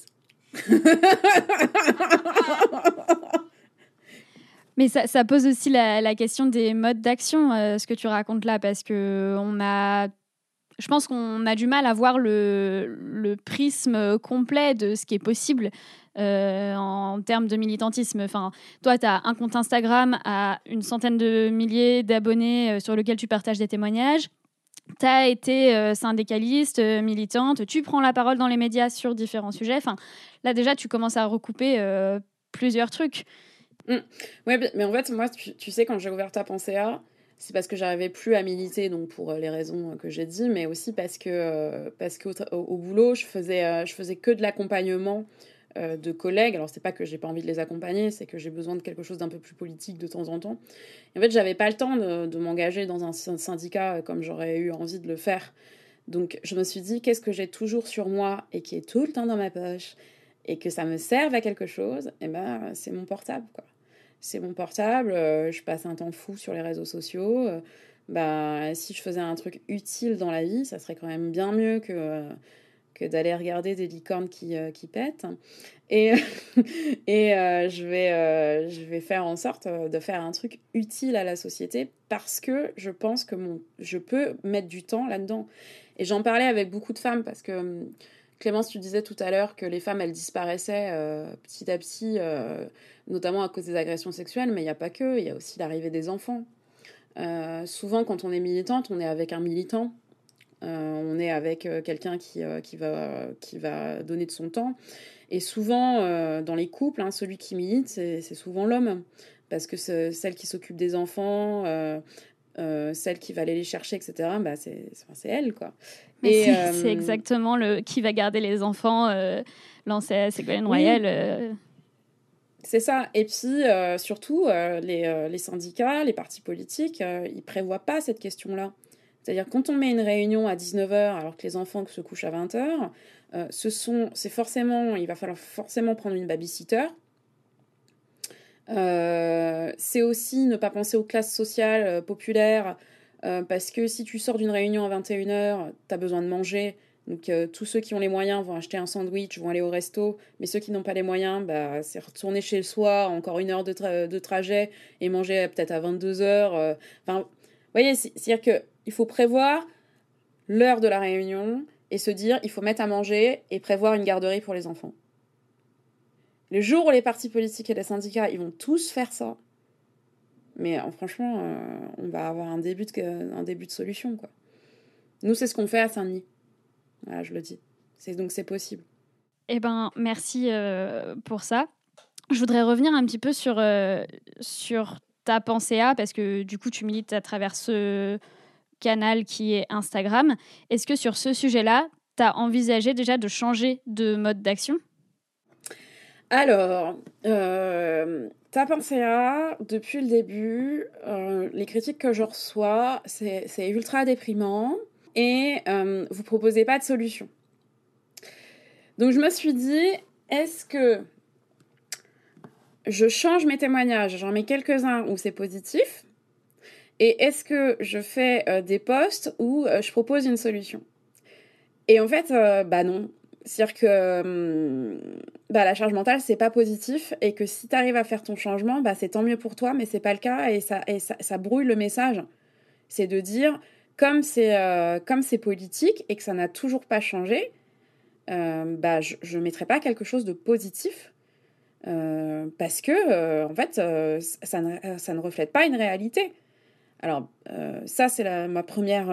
Mais ça pose aussi la question des modes d'action, ce que tu racontes là, parce qu'on a je pense qu'on a du mal à voir le prisme complet de ce qui est possible en termes de militantisme. Enfin, toi, tu as un compte Instagram à une centaine de milliers d'abonnés sur lequel tu partages des témoignages. Tu as été syndicaliste, militante, tu prends la parole dans les médias sur différents sujets. Enfin, là, déjà, tu commences à recouper plusieurs trucs. Ouais, mais en fait, moi, tu sais, quand j'ai ouvert Ta Pensée A, c'est parce que j'arrivais plus à militer, donc pour les raisons que j'ai dit, mais aussi parce que au boulot, je faisais que de l'accompagnement de collègues. Alors, c'est pas que j'ai pas envie de les accompagner, c'est que j'ai besoin de quelque chose d'un peu plus politique de temps en temps. Et en fait, j'avais pas le temps de m'engager dans un syndicat comme j'aurais eu envie de le faire. Donc, je me suis dit, qu'est-ce que j'ai toujours sur moi et qui est tout le temps dans ma poche et que ça me serve à quelque chose, et ben, c'est mon portable, quoi. C'est mon portable, je passe un temps fou sur les réseaux sociaux. Si je faisais un truc utile dans la vie, ça serait quand même bien mieux que d'aller regarder des licornes qui pètent. Et je vais faire en sorte de faire un truc utile à la société parce que je pense que je peux mettre du temps là-dedans. Et j'en parlais avec beaucoup de femmes parce que... Clémence, tu disais tout à l'heure que les femmes, elles disparaissaient petit à petit, notamment à cause des agressions sexuelles, mais il n'y a pas que, il y a aussi l'arrivée des enfants. Souvent, quand on est militante, on est avec un militant, on est avec quelqu'un qui va donner de son temps. Et souvent, dans les couples, celui qui milite, c'est souvent l'homme, parce que celle qui s'occupe des enfants... celle qui va aller les chercher, etc., c'est elle, quoi. C'est exactement qui va garder les enfants lancé à Ségolène Royal. C'est ça. Et puis, surtout, les syndicats, les partis politiques, ils prévoient pas cette question-là. C'est-à-dire, quand on met une réunion à 19h alors que les enfants se couchent à 20h, il va falloir forcément prendre une babysitter. C'est aussi ne pas penser aux classes sociales populaires parce que si tu sors d'une réunion à 21h, t'as besoin de manger, donc tous ceux qui ont les moyens vont acheter un sandwich, vont aller au resto, mais ceux qui n'ont pas les moyens, c'est retourner chez soi, encore 1 heure de trajet et manger peut-être à 22h. Vous voyez, c'est-à-dire qu'il faut prévoir l'heure de la réunion et se dire il faut mettre à manger et prévoir une garderie pour les enfants. Le jour où les partis politiques et les syndicats, ils vont tous faire ça, mais franchement, on va avoir un début de solution, quoi. Nous, c'est ce qu'on fait à Saint-Denis. Voilà, je le dis. Donc, c'est possible. Eh ben, merci pour ça. Je voudrais revenir un petit peu sur Ta Pensée A, parce que du coup, tu milites à travers ce canal qui est Instagram. Est-ce que sur ce sujet-là, tu as envisagé déjà de changer de mode d'action ? Alors, Ta Pensée A, depuis le début, les critiques que je reçois, c'est ultra déprimant et vous proposez pas de solution. Donc je me suis dit, est-ce que je change mes témoignages, j'en mets quelques-uns où c'est positif, et est-ce que je fais des posts où je propose une solution ? Et en fait, non. C'est-à-dire que la charge mentale, c'est pas positif et que si tu arrives à faire ton changement, c'est tant mieux pour toi, mais c'est pas le cas et ça brouille le message. C'est de dire, comme c'est politique et que ça n'a toujours pas changé, je mettrai pas quelque chose de positif parce que, en fait, ça ne reflète pas une réalité. Alors, ça, c'est ma première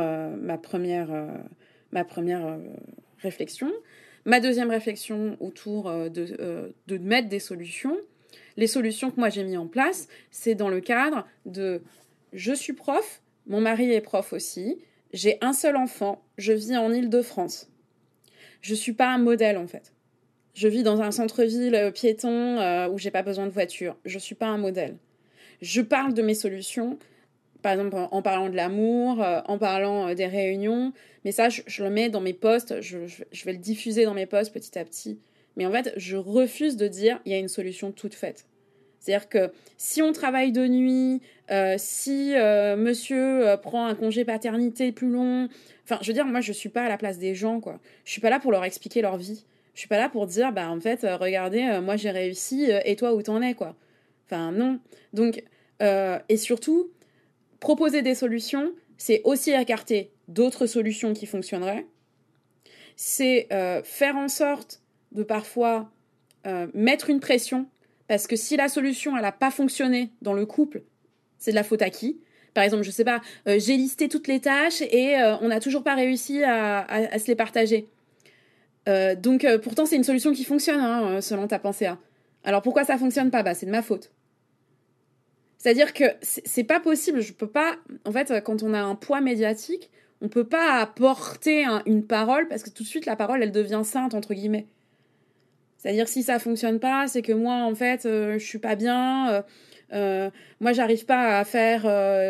réflexion. Ma deuxième réflexion autour de mettre des solutions. Les solutions que moi j'ai mis en place, c'est dans le cadre de je suis prof, mon mari est prof aussi, j'ai un seul enfant, je vis en Île-de-France. Je suis pas un modèle en fait. Je vis dans un centre-ville piéton où j'ai pas besoin de voiture. Je suis pas un modèle. Je parle de mes solutions, par exemple en parlant de l'amour, en parlant des réunions, mais ça je le mets dans mes posts, je vais le diffuser dans mes posts petit à petit. Mais en fait, je refuse de dire il y a une solution toute faite. C'est-à-dire que si on travaille de nuit, si monsieur prend un congé paternité plus long, enfin je veux dire, moi je suis pas à la place des gens, quoi. Je suis pas là pour leur expliquer leur vie. Je suis pas là pour dire en fait regardez, moi j'ai réussi et toi où t'en es, quoi. Enfin non. Donc et surtout proposer des solutions, c'est aussi écarter d'autres solutions qui fonctionneraient. C'est faire en sorte de parfois mettre une pression, parce que si la solution elle n'a pas fonctionné dans le couple, c'est de la faute à qui ? Par exemple, je sais pas, j'ai listé toutes les tâches et on n'a toujours pas réussi à se les partager. Donc pourtant c'est une solution qui fonctionne selon ta pensée. Alors pourquoi ça fonctionne pas ? C'est de ma faute. C'est-à-dire que c'est pas possible, je peux pas... En fait, quand on a un poids médiatique, on peut pas apporter une parole, parce que tout de suite, la parole, elle devient sainte, entre guillemets. C'est-à-dire, si ça fonctionne pas, c'est que moi, en fait, je suis pas bien, moi, j'arrive pas à faire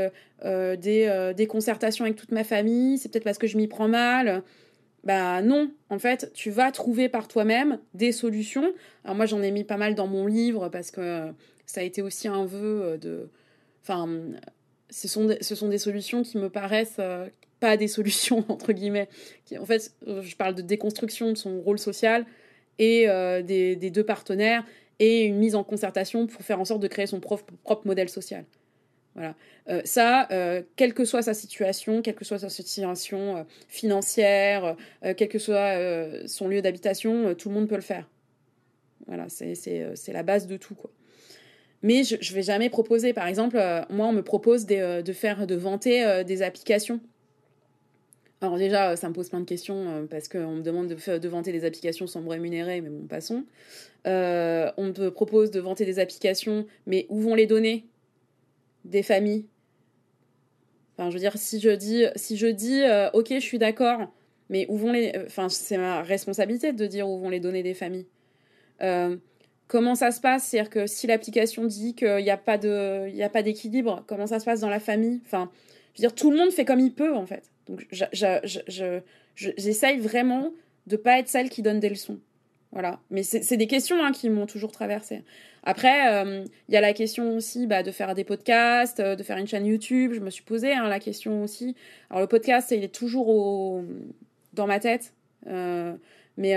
des concertations avec toute ma famille, c'est peut-être parce que je m'y prends mal. Bah non, en fait, tu vas trouver par toi-même des solutions. Alors moi, j'en ai mis pas mal dans mon livre, parce que... ça a été aussi un vœu de... Enfin, ce sont des solutions qui me paraissent pas des solutions, entre guillemets. En fait, je parle de déconstruction de son rôle social et des deux partenaires et une mise en concertation pour faire en sorte de créer son propre modèle social. Voilà. Quelle que soit sa situation, quelle que soit sa situation financière, quel que soit son lieu d'habitation, tout le monde peut le faire. Voilà, c'est la base de tout, quoi. Mais je vais jamais proposer. Par exemple, moi, on me propose de vanter des applications. Alors déjà, ça me pose plein de questions parce qu'on me demande de vanter des applications sans me rémunérer, mais bon, passons. On me propose de vanter des applications, mais où vont les données des familles ? Enfin, je veux dire, si je dis ok, je suis d'accord, mais où vont les... Enfin, c'est ma responsabilité de dire où vont les données des familles. Comment ça se passe ? C'est-à-dire que si l'application dit qu'il n'y a pas d'équilibre, comment ça se passe dans la famille ? Enfin, je veux dire, tout le monde fait comme il peut, en fait. Donc, j'essaye vraiment de ne pas être celle qui donne des leçons. Voilà. Mais c'est des questions qui m'ont toujours traversée. Après, y a la question aussi de faire des podcasts, de faire une chaîne YouTube. Je me suis posé la question aussi. Alors, le podcast, il est toujours dans ma tête. Mais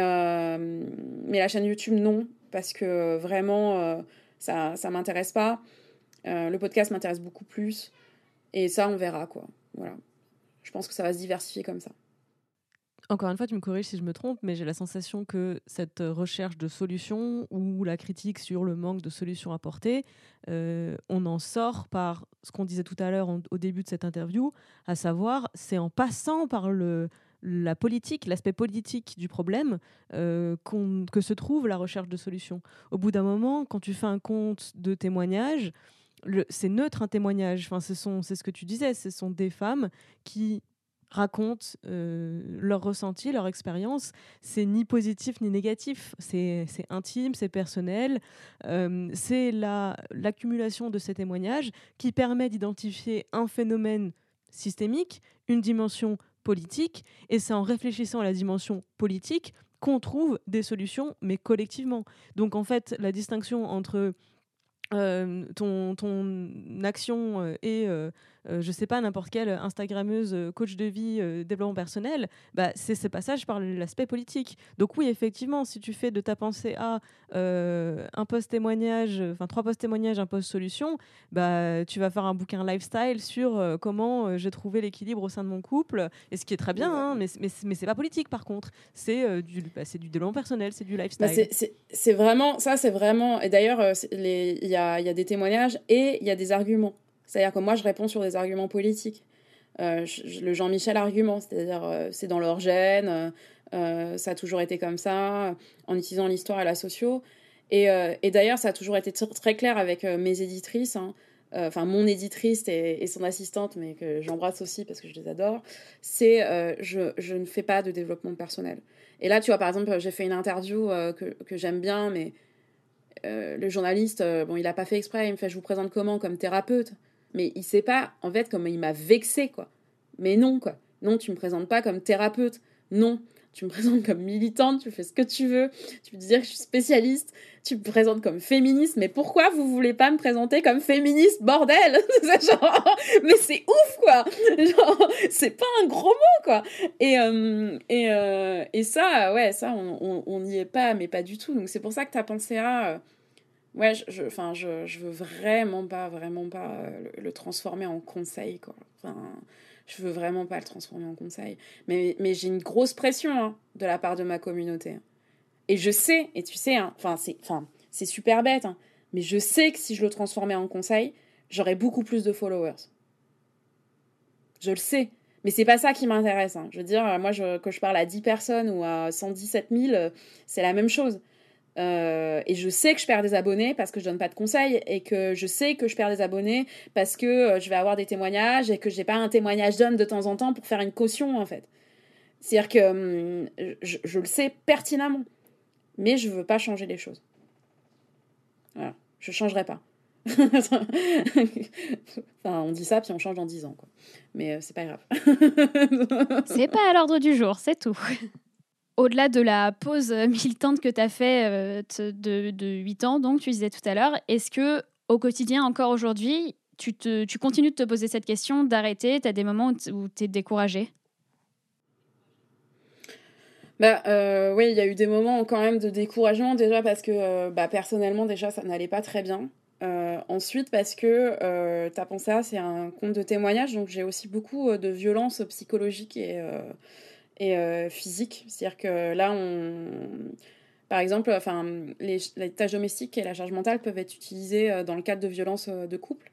la chaîne YouTube, non. Parce que vraiment, ça m'intéresse pas. Le podcast m'intéresse beaucoup plus. Et ça, on verra, quoi. Voilà. Je pense que ça va se diversifier comme ça. Encore une fois, tu me corriges si je me trompe, mais j'ai la sensation que cette recherche de solutions ou la critique sur le manque de solutions apportées, on en sort par ce qu'on disait tout à l'heure au début de cette interview, à savoir, c'est en passant par la politique, l'aspect politique du problème, que se trouve la recherche de solutions. Au bout d'un moment, quand tu fais un compte de témoignages, c'est neutre un témoignage. Enfin, c'est ce que tu disais, ce sont des femmes qui racontent leur ressenti, leur expérience. C'est ni positif ni négatif. C'est intime, c'est personnel. C'est l'accumulation de ces témoignages qui permet d'identifier un phénomène systémique, une dimension politique, et c'est en réfléchissant à la dimension politique qu'on trouve des solutions, mais collectivement. Donc en fait, la distinction entre ton action et je sais pas, n'importe quelle Instagrammeuse, coach de vie, développement personnel, c'est ce passage par l'aspect politique. Donc oui, effectivement, si tu fais de ta pensée à un post témoignage, 3 post témoignages, un post solution, tu vas faire un bouquin lifestyle sur comment j'ai trouvé l'équilibre au sein de mon couple, et ce qui est très bien, mais c'est pas politique par contre. C'est du développement personnel, c'est du lifestyle. C'est vraiment ça, c'est vraiment. Et d'ailleurs, il y a des témoignages et il y a des arguments. C'est-à-dire que moi, je réponds sur des arguments politiques. Le Jean-Michel argument, c'est-à-dire c'est dans leur gène, ça a toujours été comme ça, en utilisant l'histoire et la socio. Et d'ailleurs, ça a toujours été très clair avec mes éditrices, mon éditrice et son assistante, mais que j'embrasse aussi parce que je les adore, c'est je ne fais pas de développement personnel. Et là, tu vois, par exemple, j'ai fait une interview que j'aime bien, mais le journaliste, il n'a pas fait exprès, il me fait « je vous présente comment comme thérapeute ?» Mais il sait pas, en fait, comme il m'a vexée, quoi. Mais non, quoi. Non, tu me présentes pas comme thérapeute. Non, tu me présentes comme militante, tu fais ce que tu veux. Tu peux dire que je suis spécialiste. Tu me présentes comme féministe. Mais pourquoi vous voulez pas me présenter comme féministe, bordel? Genre, mais c'est ouf, quoi. Genre, c'est pas un gros mot, quoi. Et ça, ouais, ça, on n'y est pas, mais pas du tout. Donc c'est pour ça que ta pensée à... Ouais, je veux vraiment pas le transformer en conseil, quoi. Enfin, je veux vraiment pas le transformer en conseil. Mais j'ai une grosse pression de la part de ma communauté. Et je sais, et tu sais, c'est super bête, mais je sais que si je le transformais en conseil, j'aurais beaucoup plus de followers. Je le sais. Mais c'est pas ça qui m'intéresse. Je veux dire, moi, que je parle à 10 personnes ou à 117 000, c'est la même chose. Et je sais que je perds des abonnés parce que je donne pas de conseils, et que je sais que je perds des abonnés parce que je vais avoir des témoignages et que j'ai pas un témoignage d'homme de temps en temps pour faire une caution, en fait. C'est-à-dire que je le sais pertinemment, mais je veux pas changer les choses. Voilà, je changerai pas. Enfin, on dit ça puis on change dans 10 ans, quoi. Mais c'est pas grave. C'est pas à l'ordre du jour, c'est tout. Au-delà de la pause militante que tu as fait de 8 ans, donc tu disais tout à l'heure, est-ce que au quotidien, encore aujourd'hui, tu continues de te poser cette question, d'arrêter? Tu as des moments où tu es découragée? Oui, il y a eu des moments quand même de découragement, déjà parce que personnellement, déjà, ça n'allait pas très bien. Ensuite, parce que T'as pensé à, c'est un compte de témoignage, donc j'ai aussi beaucoup de violences psychologiques et physiques. C'est-à-dire que là, par exemple, les tâches domestiques et la charge mentale peuvent être utilisées dans le cadre de violences de couple.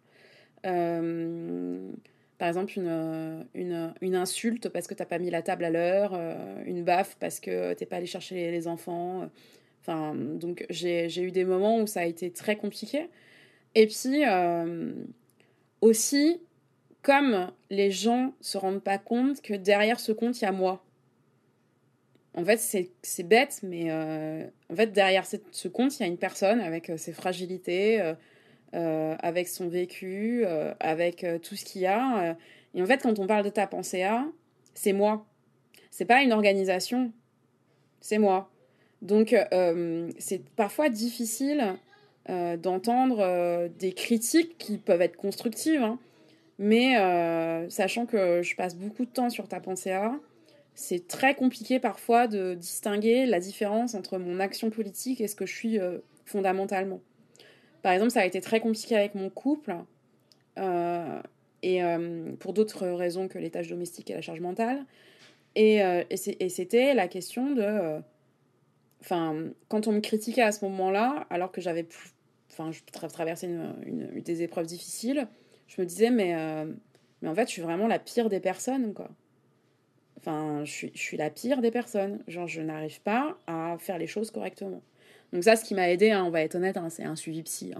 Par exemple, une insulte parce que t'as pas mis la table à l'heure, une baffe parce que t'es pas allé chercher les enfants. Donc j'ai eu des moments où ça a été très compliqué. Et puis, aussi, comme les gens se rendent pas compte que derrière ce compte, il y a moi. En fait, c'est bête, mais en fait, derrière ce compte, il y a une personne avec ses fragilités, avec son vécu, avec tout ce qu'il y a. Et en fait, quand on parle de Ta pensée à, c'est moi. C'est pas une organisation, c'est moi. Donc, c'est parfois difficile d'entendre des critiques qui peuvent être constructives, mais sachant que je passe beaucoup de temps sur Ta pensée à, c'est très compliqué parfois de distinguer la différence entre mon action politique et ce que je suis fondamentalement. Par exemple, ça a été très compliqué avec mon couple, et pour d'autres raisons que les tâches domestiques et la charge mentale. Et c'était la question de... quand on me critiquait à ce moment-là, alors que j'avais je traversais des épreuves difficiles, je me disais, mais en fait, je suis vraiment la pire des personnes, quoi. Je suis la pire des personnes. Genre, je n'arrive pas à faire les choses correctement. Donc ça, ce qui m'a aidé, on va être honnête, c'est un suivi psy.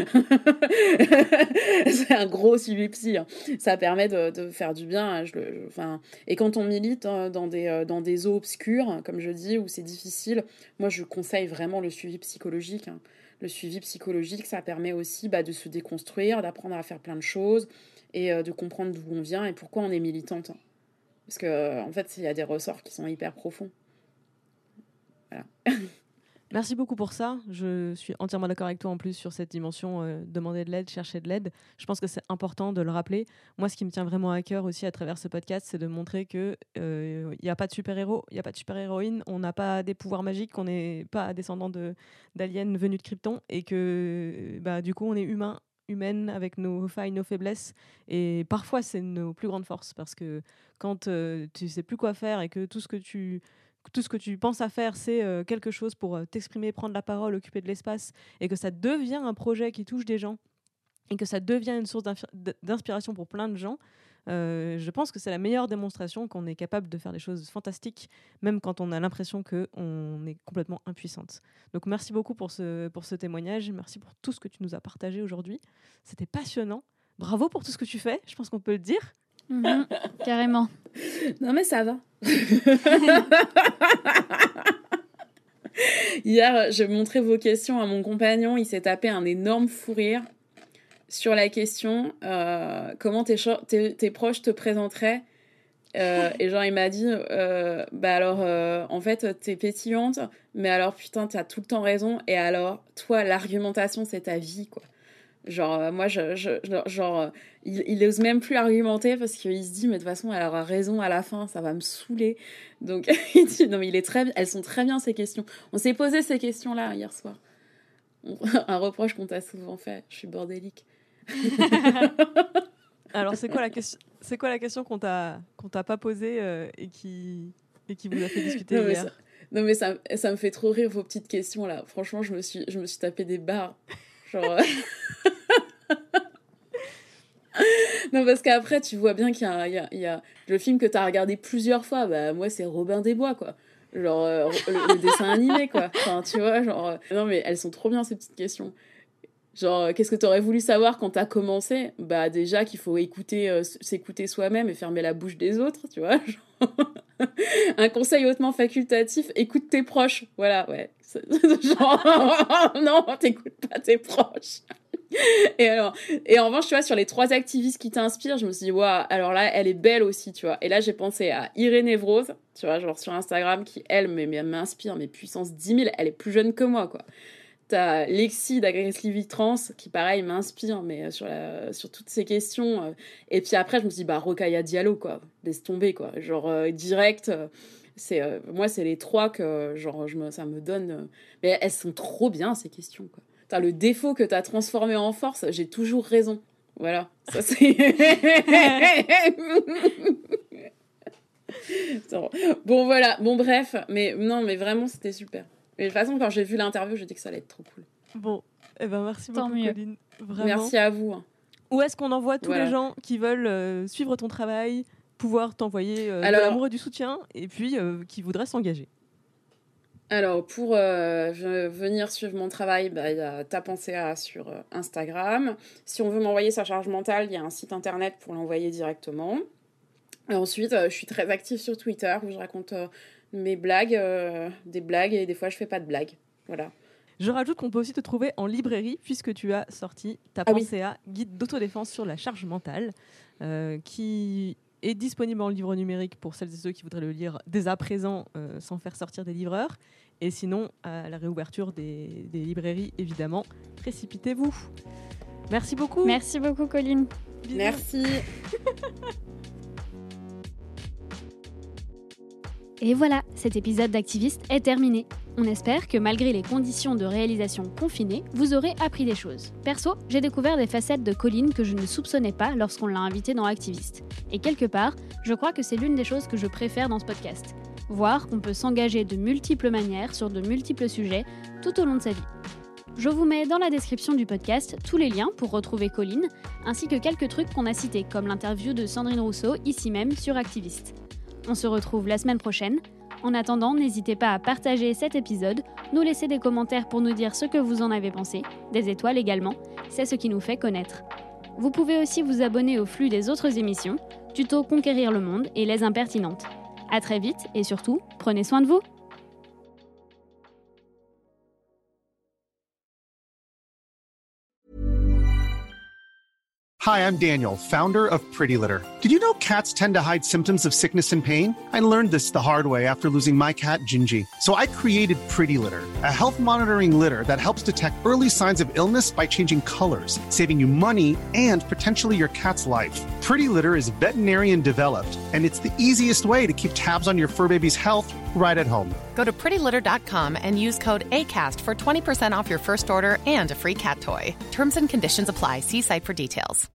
C'est un gros suivi psy. Ça permet de faire du bien. Et quand on milite dans des eaux obscures, comme je dis, où c'est difficile, moi, je conseille vraiment le suivi psychologique. Le suivi psychologique, ça permet aussi de se déconstruire, d'apprendre à faire plein de choses et de comprendre d'où on vient et pourquoi on est militante. Parce que, en fait, il y a des ressorts qui sont hyper profonds. Voilà. Merci beaucoup pour ça. Je suis entièrement d'accord avec toi en plus sur cette dimension demander de l'aide, chercher de l'aide. Je pense que c'est important de le rappeler. Moi, ce qui me tient vraiment à cœur aussi à travers ce podcast, c'est de montrer qu'il n'y a pas de super-héros, il n'y a pas de super-héroïne, on n'a pas des pouvoirs magiques, on n'est pas descendant d'aliens venus de Krypton et que du coup, on est humaine avec nos failles, nos faiblesses. Et parfois, c'est nos plus grandes forces parce que quand tu sais plus quoi faire et que tout ce que tu penses à faire, c'est quelque chose pour t'exprimer, prendre la parole, occuper de l'espace, et que ça devient un projet qui touche des gens, et que ça devient une source d'inspiration pour plein de gens, je pense que c'est la meilleure démonstration qu'on est capable de faire des choses fantastiques, même quand on a l'impression qu'on est complètement impuissante. Donc merci beaucoup pour ce témoignage, merci pour tout ce que tu nous as partagé aujourd'hui. C'était passionnant. Bravo pour tout ce que tu fais, je pense qu'on peut le dire. Carrément. Non mais ça va. Hier, je montrais vos questions à mon compagnon, il s'est tapé un énorme fou rire sur la question comment tes proches te présenteraient. Et genre il m'a dit en fait t'es pétillante, mais alors putain t'as tout le temps raison, et alors toi l'argumentation c'est ta vie, quoi. Genre moi il ose même plus argumenter parce qu'il se dit mais de toute façon elle aura raison à la fin, ça va me saouler. Donc il dit non mais elles sont très bien ces questions. On s'est posé ces questions là hier soir. Un reproche qu'on t'a souvent fait, je suis bordélique. Alors c'est quoi la question? C'est quoi la question qu'on t'a pas posée et qui vous a fait discuter hier? Non mais ça me fait trop rire vos petites questions là. Franchement, je me suis tapé des barres. Genre Non, parce qu'après tu vois bien qu'il y a le film que t'as regardé plusieurs fois. Bah moi c'est Robin des Bois quoi. Genre le dessin animé quoi. Enfin tu vois genre non mais elles sont trop bien ces petites questions. Genre, qu'est-ce que t'aurais voulu savoir quand t'as commencé? Bah déjà qu'il faut s'écouter soi-même et fermer la bouche des autres, tu vois. Genre, un conseil hautement facultatif, écoute tes proches. Voilà, ouais. Genre, non, t'écoutes pas tes proches. Et en revanche, tu vois, sur les 3 activistes qui t'inspirent, je me suis dit, waouh, alors là, elle est belle aussi, tu vois. Et là, j'ai pensé à Irène Evrose, tu vois, genre sur Instagram, qui, elle, m'inspire, mais puissance 10 000, elle est plus jeune que moi, quoi. T'as Lexi d'Aggressive Trans qui pareil m'inspire mais sur toutes ces questions et puis après je me suis dit Rokhaya Diallo quoi, laisse tomber quoi, genre direct moi c'est les 3 que genre ça me donne mais elles sont trop bien ces questions quoi. T'as le défaut que t'as transformé en force, j'ai toujours raison, voilà, ça c'est bon voilà, bon bref, mais non mais vraiment c'était super. Mais de toute façon, quand j'ai vu l'interview, j'ai dit que ça allait être trop cool. Bon, merci beaucoup, Colline. Vraiment. Merci à vous. Où est-ce qu'on envoie tous les gens qui veulent suivre ton travail, pouvoir t'envoyer de l'amour et du soutien, et puis qui voudraient s'engager? Alors, pour venir suivre mon travail, il y a Ta Pensée A sur Instagram. Si on veut m'envoyer sa charge mentale, il y a un site internet pour l'envoyer directement. Et ensuite, je suis très active sur Twitter, où je raconte... mes blagues, des blagues et des fois je fais pas de blagues, voilà. Je rajoute qu'on peut aussi te trouver en librairie puisque tu as sorti Ta Pensée A, guide d'autodéfense sur la charge mentale, qui est disponible en livre numérique pour celles et ceux qui voudraient le lire dès à présent sans faire sortir des livreurs, et sinon à la réouverture des librairies évidemment, précipitez-vous. Merci beaucoup. Merci beaucoup Colline. Bisous. Merci. Et voilà, cet épisode d'Activiste est terminé. On espère que malgré les conditions de réalisation confinées, vous aurez appris des choses. Perso, j'ai découvert des facettes de Colline que je ne soupçonnais pas lorsqu'on l'a invitée dans Activiste. Et quelque part, je crois que c'est l'une des choses que je préfère dans ce podcast. Voir qu'on peut s'engager de multiples manières sur de multiples sujets tout au long de sa vie. Je vous mets dans la description du podcast tous les liens pour retrouver Colline, ainsi que quelques trucs qu'on a cités, comme l'interview de Sandrine Rousseau, ici même sur Activiste. On se retrouve la semaine prochaine. En attendant, n'hésitez pas à partager cet épisode, nous laisser des commentaires pour nous dire ce que vous en avez pensé, des étoiles également, c'est ce qui nous fait connaître. Vous pouvez aussi vous abonner au flux des autres émissions, Tuto Conquérir le Monde et Les Impertinentes. À très vite et surtout, prenez soin de vous. Hi, I'm Daniel, founder of Pretty Litter. Did you know cats tend to hide symptoms of sickness and pain? I learned this the hard way after losing my cat, Gingy. So I created Pretty Litter, a health monitoring litter that helps detect early signs of illness by changing colors, saving you money and potentially your cat's life. Pretty Litter is veterinarian developed, and it's the easiest way to keep tabs on your fur baby's health right at home. Go to prettylitter.com and use code ACAST for 20% off your first order and a free cat toy. Terms and conditions apply. See site for details.